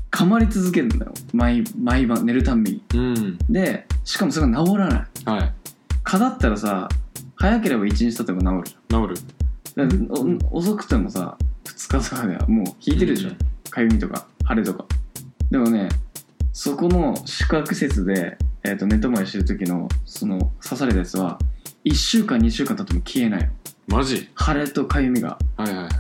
噛まれ続けるんだよ、毎晩寝るたんびに、うん、でしかもそれが治らない、はい、蚊だったらさ早ければ1日経てば治る遅くてもさ2日とかではもう引いてるでしょ、かゆみとか腫れとか。でもねそこの宿泊施設で、寝泊まりしてる時のその刺されたやつは1週間2週間経っても消えないの。 マジ？ 腫れとかゆみが、はいはい、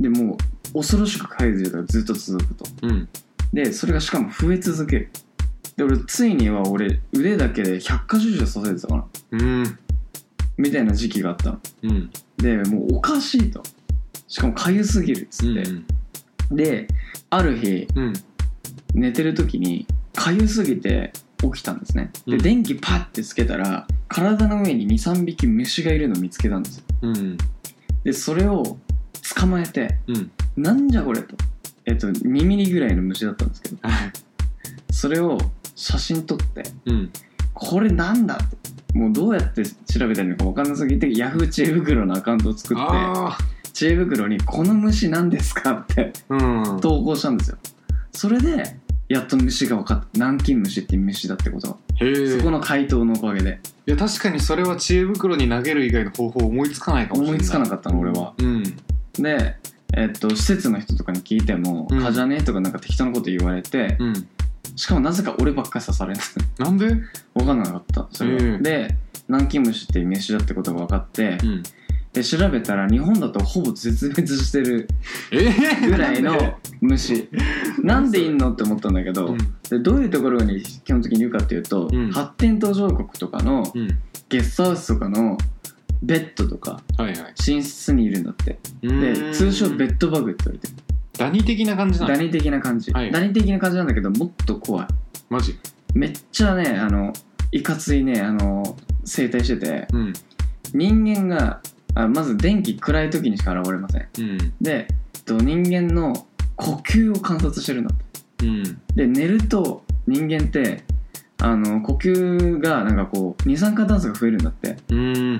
でもう恐ろしくかゆい状態がずっと続くと、うん、でそれがしかも増え続ける。で俺ついには腕だけで100箇所以上刺されてたかな、うんみたいな時期があったの、うん、でもうおかしいと、しかもかゆすぎるっつって、うんうん、である日、うん、寝てる時にかゆすぎて起きたんですね。で、うん、電気パッてつけたら体の上に 2,3 匹虫がいるのを見つけたんですよ、うん、でそれを捕まえて、うん、なんじゃこれと、2ミリぐらいの虫だったんですけどそれを写真撮って、うん、これなんだって、もうどうやって調べたらいいのか分かんなすぎてヤフー知恵袋のアカウントを作って知恵袋にこの虫なんですかって投稿したんですよ。それでやっと虫が分かった。南京虫って虫だってことが。そこの回答のおかげで。 いや確かにそれは知恵袋に投げる以外の方法思いつかないかもしれない。 思いつかなかったの俺は、うん、で施設の人とかに聞いても蚊じゃねえとかなんか適当なこと言われて、うん、しかもなぜか俺ばっかり刺される。 なんで？ 分かんなかったそれは、で南京虫って虫だってことが分かって、うん、で調べたら日本だとほぼ絶滅してるぐらいの虫、なんでいんのって思ったんだけど、でどういうところに基本的にいるかっていうと、発展途上国とかのゲストハウスとかのベッドとか寝室にいるんだって。で通称ベッドバグって言われてる。 ダニ的な感じなの？ ダニ的な感じ、はい、ダニ的な感じなんだけどもっと怖い。 マジ？ めっちゃねいかついね生態してて、うん、人間がまず電気暗い時にしか現れません、うん、で人間の呼吸を観察してるんだって、うん、で寝ると人間って呼吸がなんかこう二酸化炭素が増えるんだって、うん、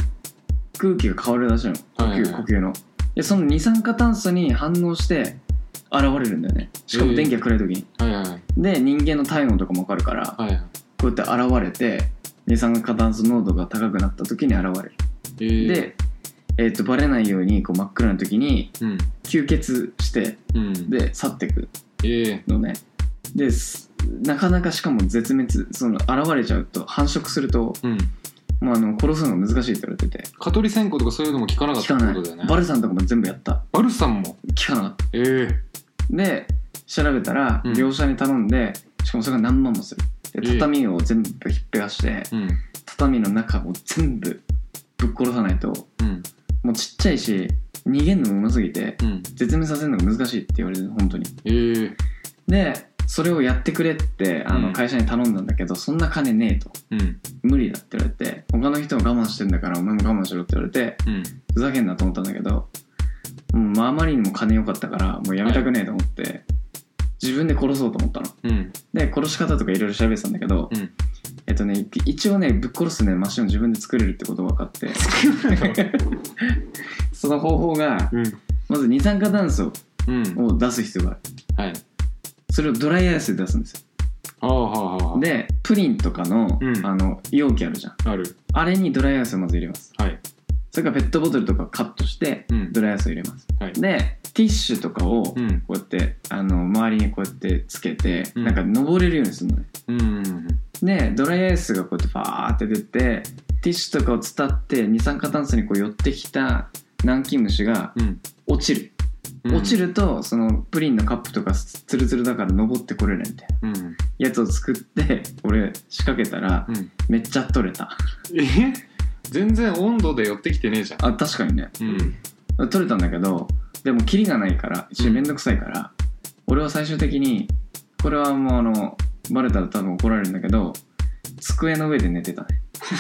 空気が変わるらしいの、呼吸の。でその二酸化炭素に反応して現れるんだよね。しかも電気が暗い時に、はいはい、で人間の体温とかも分かるから、はいはい、こうやって現れて二酸化炭素濃度が高くなった時に現れる、で、バレないようにこう真っ暗な時に吸血して、うん、で去っていくのね、でなかなかしかも絶滅現れちゃうと繁殖すると、うん、もう殺すのが難しいって言われてて、 蚊取り線香とかそういうのも効かなかったってことだよね。 バルサンとかも全部やった。 バルサンも効かなかった。で調べたら業者に頼んで、しかもそれが何万もする。で畳を全部ひっぺがして、畳の中を全部ぶっ殺さないと、もうちっちゃいし逃げるのもうますぎて、絶滅させるのが難しいって言われる本当に。でそれをやってくれって会社に頼んだんだけど、そんな金ねえと、無理だって言われて、他の人も我慢してんだからお前も我慢しろって言われて、ふざけんなと思ったんだけど、まああまりにも金良かったからもうやめたくねえと思って、自分で殺そうと思ったの、で殺し方とかいろいろ調べてたんだけど、一応ねぶっ殺すねマシンを自分で作れるってことが分かってその方法が、まず二酸化炭素を出す必要がある、それをドライアイスで出すんですよ。でプリンとかの、容器あるじゃん、あれにドライアイスをまず入れます、それからペットボトルとかカットしてドライアイスを入れます、でティッシュとかをこうやって周りにこうやってつけて、なんか登れるようにするのね、でドライアイスがこうやってファーって出て、ティッシュとかを伝って二酸化炭素にこう寄ってきた南京虫が落ちる、落ちるとそのプリンのカップとかツルツルだから登ってこれないみたいな、やつを作って俺仕掛けたら、めっちゃ取れた。 全然温度で寄ってきてねえじゃん。 あ、確かにね、取れたんだけど、でもキリがないから一瞬めんどくさいから、俺は最終的にこれはもうバレたら多分怒られるんだけど、机の上で寝てたね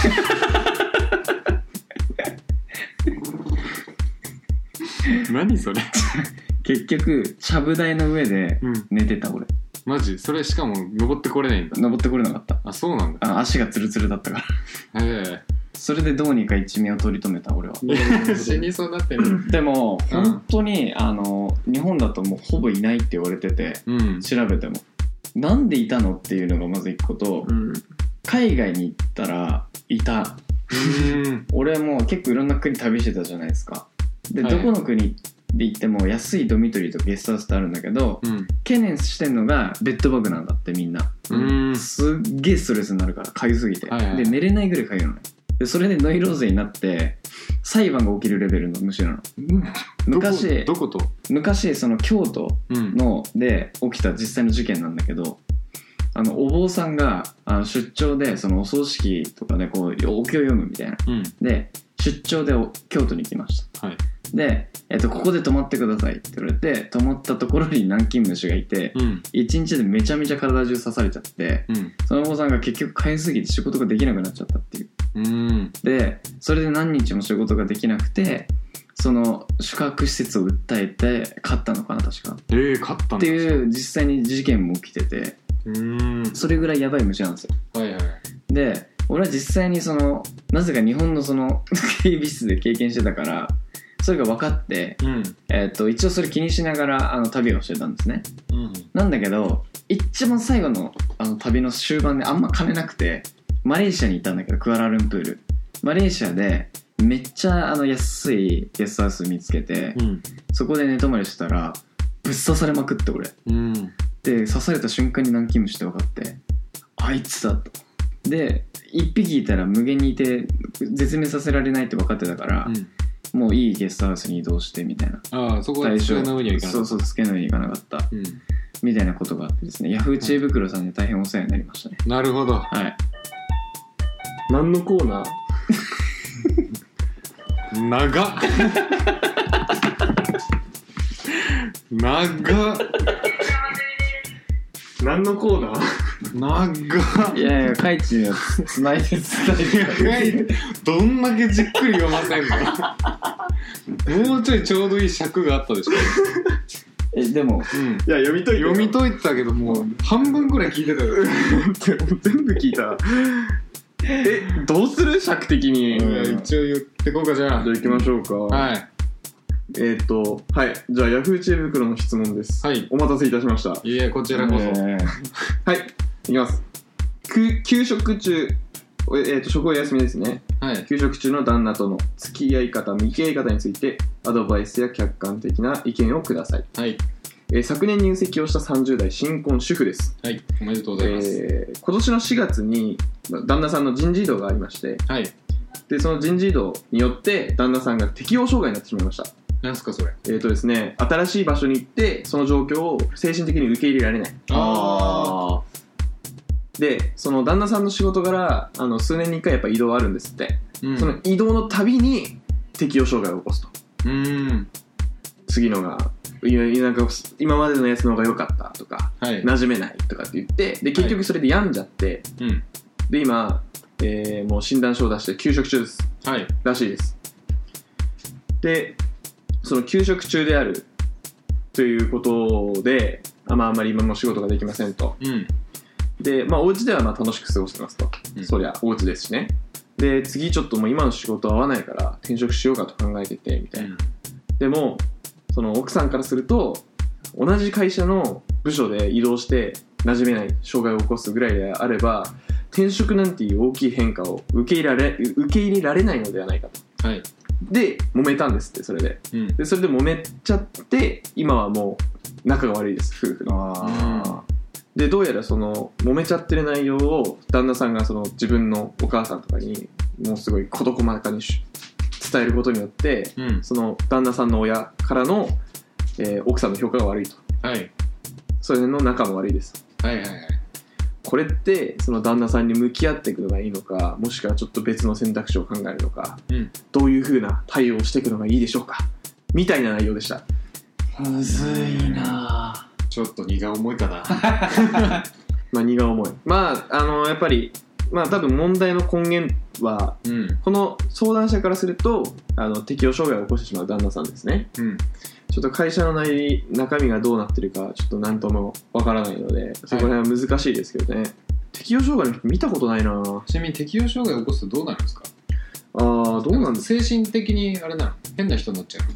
何それ結局ちゃぶ台の上で寝てた、俺。 マジ？それしかも登ってこれないんだ。 登ってこれなかった。 あ、そうなんだ。 足がツルツルだったからそれでどうにか一命を取り留めた俺は。 死にそうになってるでも本当に日本だともうほぼいないって言われてて、調べてもなんでいたのっていうのがまず一個と、海外に行ったらいた。俺も結構いろんな国旅してたじゃないですか。で、どこの国で行っても安いドミトリーとかゲストハウスってあるんだけど、懸念してんのがベッドバグなんだってみんな。すっげえストレスになるから痒すぎて、で寝れないぐらい痒いのね。でそれでノイローゼになって裁判が起きるレベルの虫なの。昔その京都ので起きた実際の事件なんだけど、お坊さんが出張でそのお葬式とかでこうお経を読むみたいな、で出張で京都に行きました、で、ここで泊まってくださいって言われて泊まったところに南京虫がいて、1日でめちゃめちゃ体中刺されちゃって、そのお坊さんが結局かゆすぎて仕事ができなくなっちゃったっていう、でそれで何日も仕事ができなくてその宿泊施設を訴えて勝ったのかな確か。 勝ったんだっていう実際に事件も起きてて、それぐらいやばい虫なんですよ。で俺は実際にそのなぜか日本のその警備室で経験してたからそれが分かって、一応それ気にしながら旅をしてたんですね、なんだけど一番最後の旅の終盤であんま金なくてマレーシアに行ったんだけど、クアラルンプールマレーシアでめっちゃ安いゲストハウス見つけて、そこで寝泊まりしてたらぶっ刺されまくって俺、で刺された瞬間に南京虫って分かってあいつだと。で1匹いたら無限にいて絶命させられないって分かってたから、もういいゲストハウスに移動してみたいな。 そこは机の上には行かなかった。 そう机の上に行かなかった、みたいなことがあってですね、ヤフー知恵袋さんに大変お世話になりましたね。 なるほど。 何のコーナー長っ何のコーナー長っ。 いやカイチにはつないでどんだけじっくり読ませんのもうちょいちょうどいい尺があったでしょでも、 いや読み解いてたけどもう半分くらい聞いてたよ全部聞いたどうする尺的に、 一応言ってこうか。じゃあ行きましょうか。 はいじゃあヤフー知恵袋の質問です。お待たせいたしました。 いえこちらこそ。 いきます。休職中、職お休みですね、休職中の旦那との付き合い方向き合い方についてアドバイスや客観的な意見をください。昨年入籍をした30代新婚主婦です。 おめでとうございます。 今年の4月に旦那さんの人事異動がありまして、でその人事異動によって旦那さんが適応障害になってしまいました。 なんすかそれ。 ですね、新しい場所に行ってその状況を精神的に受け入れられない。でその旦那さんの仕事柄数年に1回やっぱ移動あるんですって、その移動のたびに適応障害を起こすと。次のがなんか今までのやつの方が良かったとか、馴染めないとかって言ってで結局それで病んじゃって、で今、もう診断書を出して休職中です、らしいです。でその休職中であるということであんまり今も仕事ができませんと、でお家では楽しく過ごしてますと、そりゃお家ですしね。で次ちょっともう今の仕事合わないから転職しようかと考えててみたいな、でもその奥さんからすると同じ会社の部署で移動して馴染めない障害を起こすぐらいであれば転職なんていう大きい変化を受け入れられないのではないかと、で揉めたんですって。それで、でそれで揉めちゃって今はもう仲が悪いです夫婦の。でどうやらその揉めちゃってる内容を旦那さんがその自分のお母さんとかにもうすごい事細かに伝えることによって、その旦那さんの親からの、奥さんの評価が悪いと、それの仲も悪いです。これってその旦那さんに向き合っていくのがいいのか、もしくはちょっと別の選択肢を考えるのか、どういう風な対応をしていくのがいいでしょうかみたいな内容でした。 むずいな。 ちょっと荷が重いかな荷が重い。やっぱり多分問題の根源は、この相談者からすると適応障害を起こしてしまう旦那さんですね、ちょっと会社の中身がどうなってるかちょっと何ともわからないので、そこら辺は難しいですけどね。適応障害の人見たことないな。 ちなみに適応障害を起こすとどうなるんですか？ どうなんですか？ 精神的にあれなの？変な人になっちゃうの？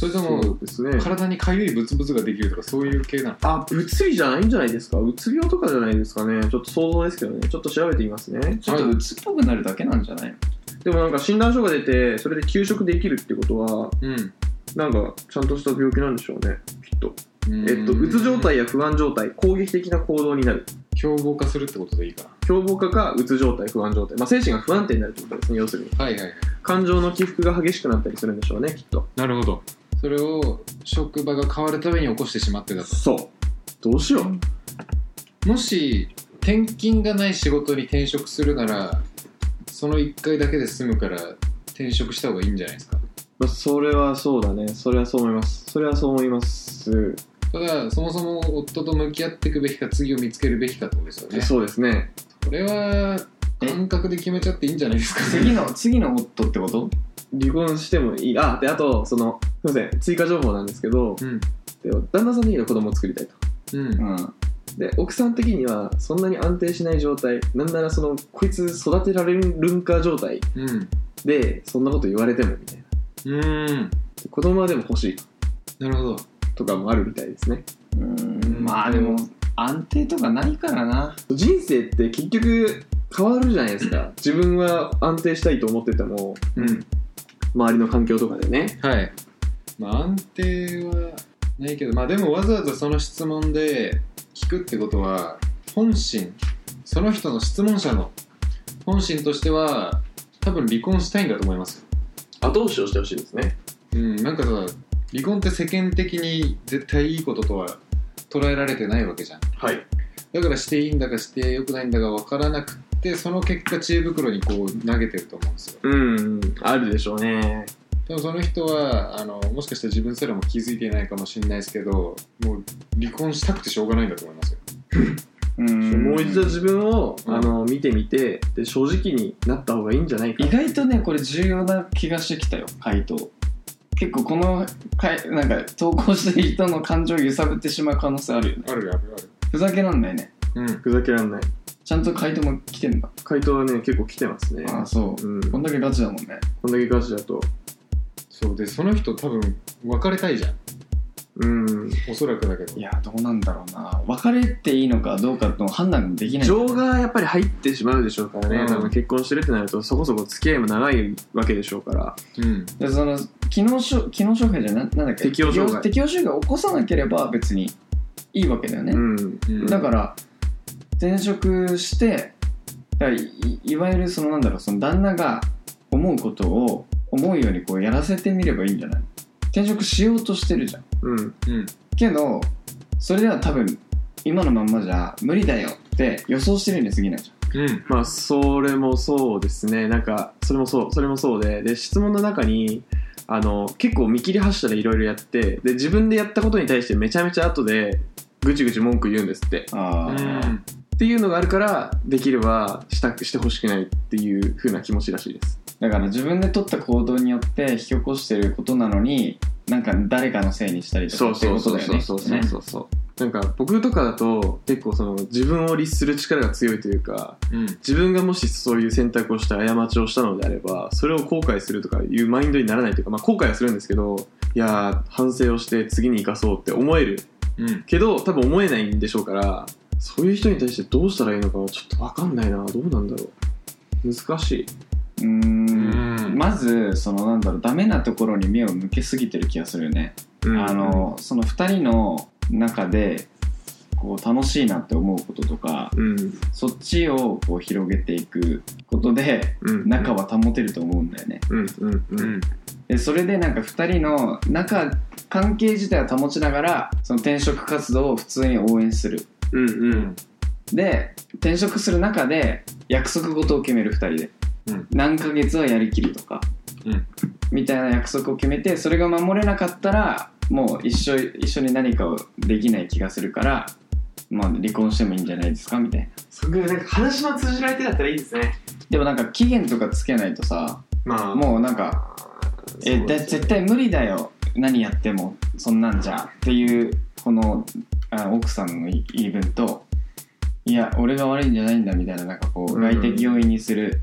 それともですね、体にかゆいブツブツができるとかそういう系なの？ 物理じゃないんじゃないですか。うつ病とかじゃないですかね。ちょっと想像ですけどね。ちょっと調べてみますね。 ちょっとうつっぽくなるだけなんじゃないの？ でもなんか診断書が出てそれで休職できるってことは、なんかちゃんとした病気なんでしょうね、きっと。うつ状態や不安状態、攻撃的な行動になる。 凶暴化するってことでいいかな。 凶暴化かうつ状態、不安状態、精神が不安定になるってことですね、要するに。感情の起伏が激しくなったりするんでしょうね、きっと。 なるほど。それを職場が変わるために起こしてしまってたと。 そう。どうしよう。もし転勤がない仕事に転職するなら、その1回だけで済むから転職した方がいいんじゃないですか。 それはそうだね。それはそう思います。 ただそもそも夫と向き合っていくべきか、次を見つけるべきかってことですよね。 そうですね。 これは感覚で決めちゃっていいんじゃないですか、 ね、次の夫ってこと？ 離婚してもいい。であとすいません、追加情報なんですけど、で旦那さん的には子供を作りたいと。で奥さん的にはそんなに安定しない状態、なんならこいつ育てられるんか状態、でそんなこと言われてもみたいな。子供はでも欲しい。 なるほど。 とかもあるみたいですね。 でも安定とかないからな。 人生って結局変わるじゃないですか。自分は安定したいと思ってても、周りの環境とかでね。 安定はないけど、でもわざわざその質問で聞くってことは、本心、その人の質問者の本心としては多分離婚したいんだと思います。 後押しをしてほしいですね。 なんかさ、離婚って世間的に絶対いいこととは捉えられてないわけじゃん。だからしていいんだかしてよくないんだか分からなくて、その結果知恵袋にこう投げてると思うんですよ。 あるでしょうね。 でもその人はもしかしたら自分すらも気づいていないかもしれないですけど、もう離婚したくてしょうがないんだと思いますよ。 もう一度自分を、見てみて、で正直になった方がいいんじゃないか。 意外とねこれ重要な気がしてきたよ、回答。結構このなんか投稿してる人の感情を揺さぶってしまう可能性あるよね。 ある。 ふざけらんないね。 ふざけらんない。 ちゃんと回答も来てんだ。 回答はね結構来てますね。 そう、こんだけガチだもんね。 こんだけガチだと。 そうで、その人多分別れたいじゃん。おそらくだけど。 いやどうなんだろうな。別れていいのかどうかの判断できない。 情がやっぱり入ってしまうでしょうからね。多分結婚してるってなるとそこそこ付き合いも長いわけでしょうから。 でその機能障害じゃなんだっけ、適応障害を起こさなければ別にいいわけだよね。だから転職していわゆるその旦那が思うことを思うようにこうやらせてみればいいんじゃない？転職しようとしてるじゃん。けどそれでは多分今のまんまじゃ無理だよって予想してるに過ぎないじゃん。それもそうですね。なんかそれもそうで質問の中に結構見切り発車でいろいろやって、で自分でやったことに対してめちゃめちゃ後でぐちぐち文句言うんですって。っていうのがあるからできればしてほしくないっていう風な気持ちらしいです。 だから自分で取った行動によって引き起こしてることなのに、なんか誰かのせいにしたりとかっていうことだよね。 そうなんか僕とかだと結構自分を律する力が強いというか、自分がもしそういう選択をした過ちをしたのであればそれを後悔するとかいうマインドにならないというか、後悔はするんですけど、いや反省をして次に生かそうって思える、けど多分思えないんでしょうから、そういう人に対してどうしたらいいのかはちょっと分かんないな。どうなんだろう、難しい。 まずダメなところに目を向けすぎてる気がするよね。その2人の中でこう楽しいなって思うこととか、そっちをこう広げていくことで仲は保てると思うんだよね。でそれでなんか2人の関係自体を保ちながらその転職活動を普通に応援する。で転職する中で約束事を決める2人で、何ヶ月はやりきるとか、みたいな約束を決めて、それが守れなかったらもう一緒に何かをできない気がするから、離婚してもいいんじゃないですかみたいな。 そこなんか話の通じる相手だったらいいですね。 でもなんか期限とかつけないとさ、もうなんか絶対無理だよ何やってもそんなんじゃっていうこの奥さんの言い分と、いや俺が悪いんじゃないんだみたいな、なんかこう外的要因にする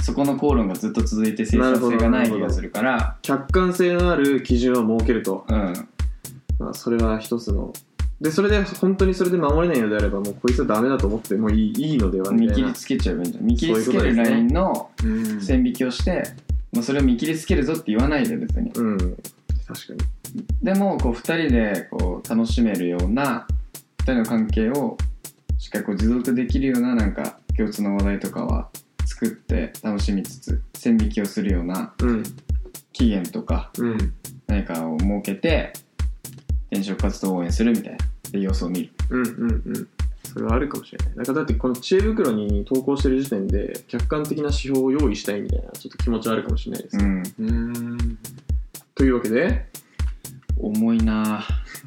そこの口論がずっと続いて生産性がない気がするから、 客観性のある基準を設けると、まあ、それは一つので、それで本当にそれで守れないのであればもうこいつはダメだと思ってもいいのではみたいな、 見切りつけちゃえばいいんじゃん。見切りつけるラインの線引きをして、もうそれを見切りつけるぞって言わないで別に、 確かに。 でもこう2人でこう楽しめるような2人の関係をしっかりこう持続できるようななんか共通の話題とかは作って楽しみつつ線引きをするような期限とか何かを設けて転職活動を応援するみたいなで様子を見る。 それはあるかもしれない。だってこの知恵袋に投稿してる時点で客観的な指標を用意したいみたいなちょっと気持ちはあるかもしれないです、というわけで重いな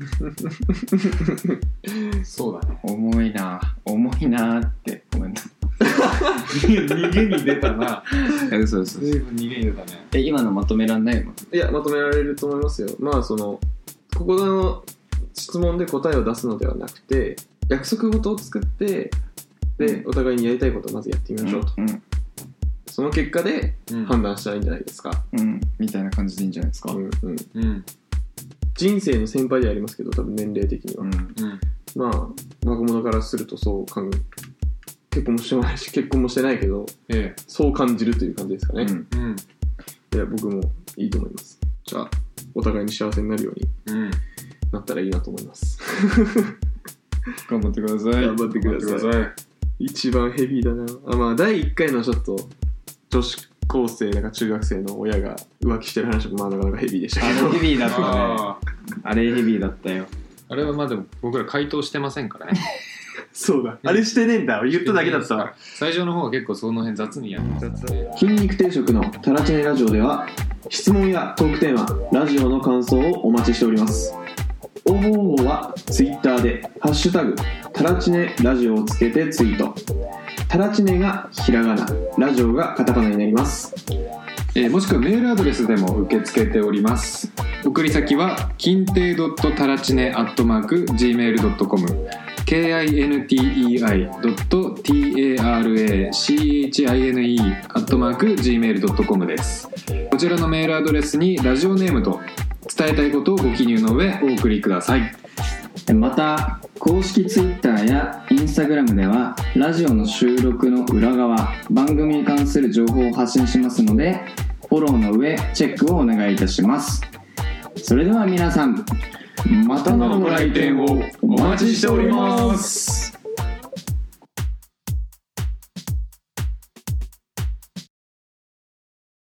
そうだね、 重いなってごめんな逃げに出たなそう随分逃げに出たね。 今のまとめらんないの？ いやまとめられると思いますよ。まあここの質問で答えを出すのではなくて約束事を作ってでお互いにやりたいことをまずやってみましょうと、その結果で判断したらいいんじゃないですか、 みたいな感じでいいんじゃないですか。 人生の先輩ではありますけど多分年齢的には、まあ若者からするとそう結婚もしてないし結婚もしてないけど、そう感じるという感じですかね。いや僕もいいと思います。じゃあお互いに幸せになるようになったらいいなと思います頑張ってください。 頑張ってください。一番ヘビーだな。まあ第1回のちょっと女子高生なんか中学生の親が浮気してる話もまあなかなかヘビーでしたけど。 ヘビーだったね。あれヘビーだったよ。 あれはまあでも僕ら回答してませんからねそうだ、あれしてねえんだ、言っただけだったわ。 最初の方は結構その辺雑にやってます。 筋肉定食のタラチネラジオでは質問やトークテーマ、ラジオの感想をお待ちしております。応募方法はツイッターでハッシュタグタラチネラジオをつけてツイート。タラチネがひらがな、ラジオがカタカナになります。 もしくはメールアドレスでも受け付けております。送り先は金亭.tarachine@gmail.com kintei.tarachine@gmail.com です。こちらのメールアドレスにラジオネームと伝えたいことをご記入の上お送りください。 また公式 Twitter や Instagram ではラジオの収録の裏側、番組に関する情報を発信しますのでフォローの上チェックをお願いいたします。それでは皆さんまたのご来店をお待ちしております。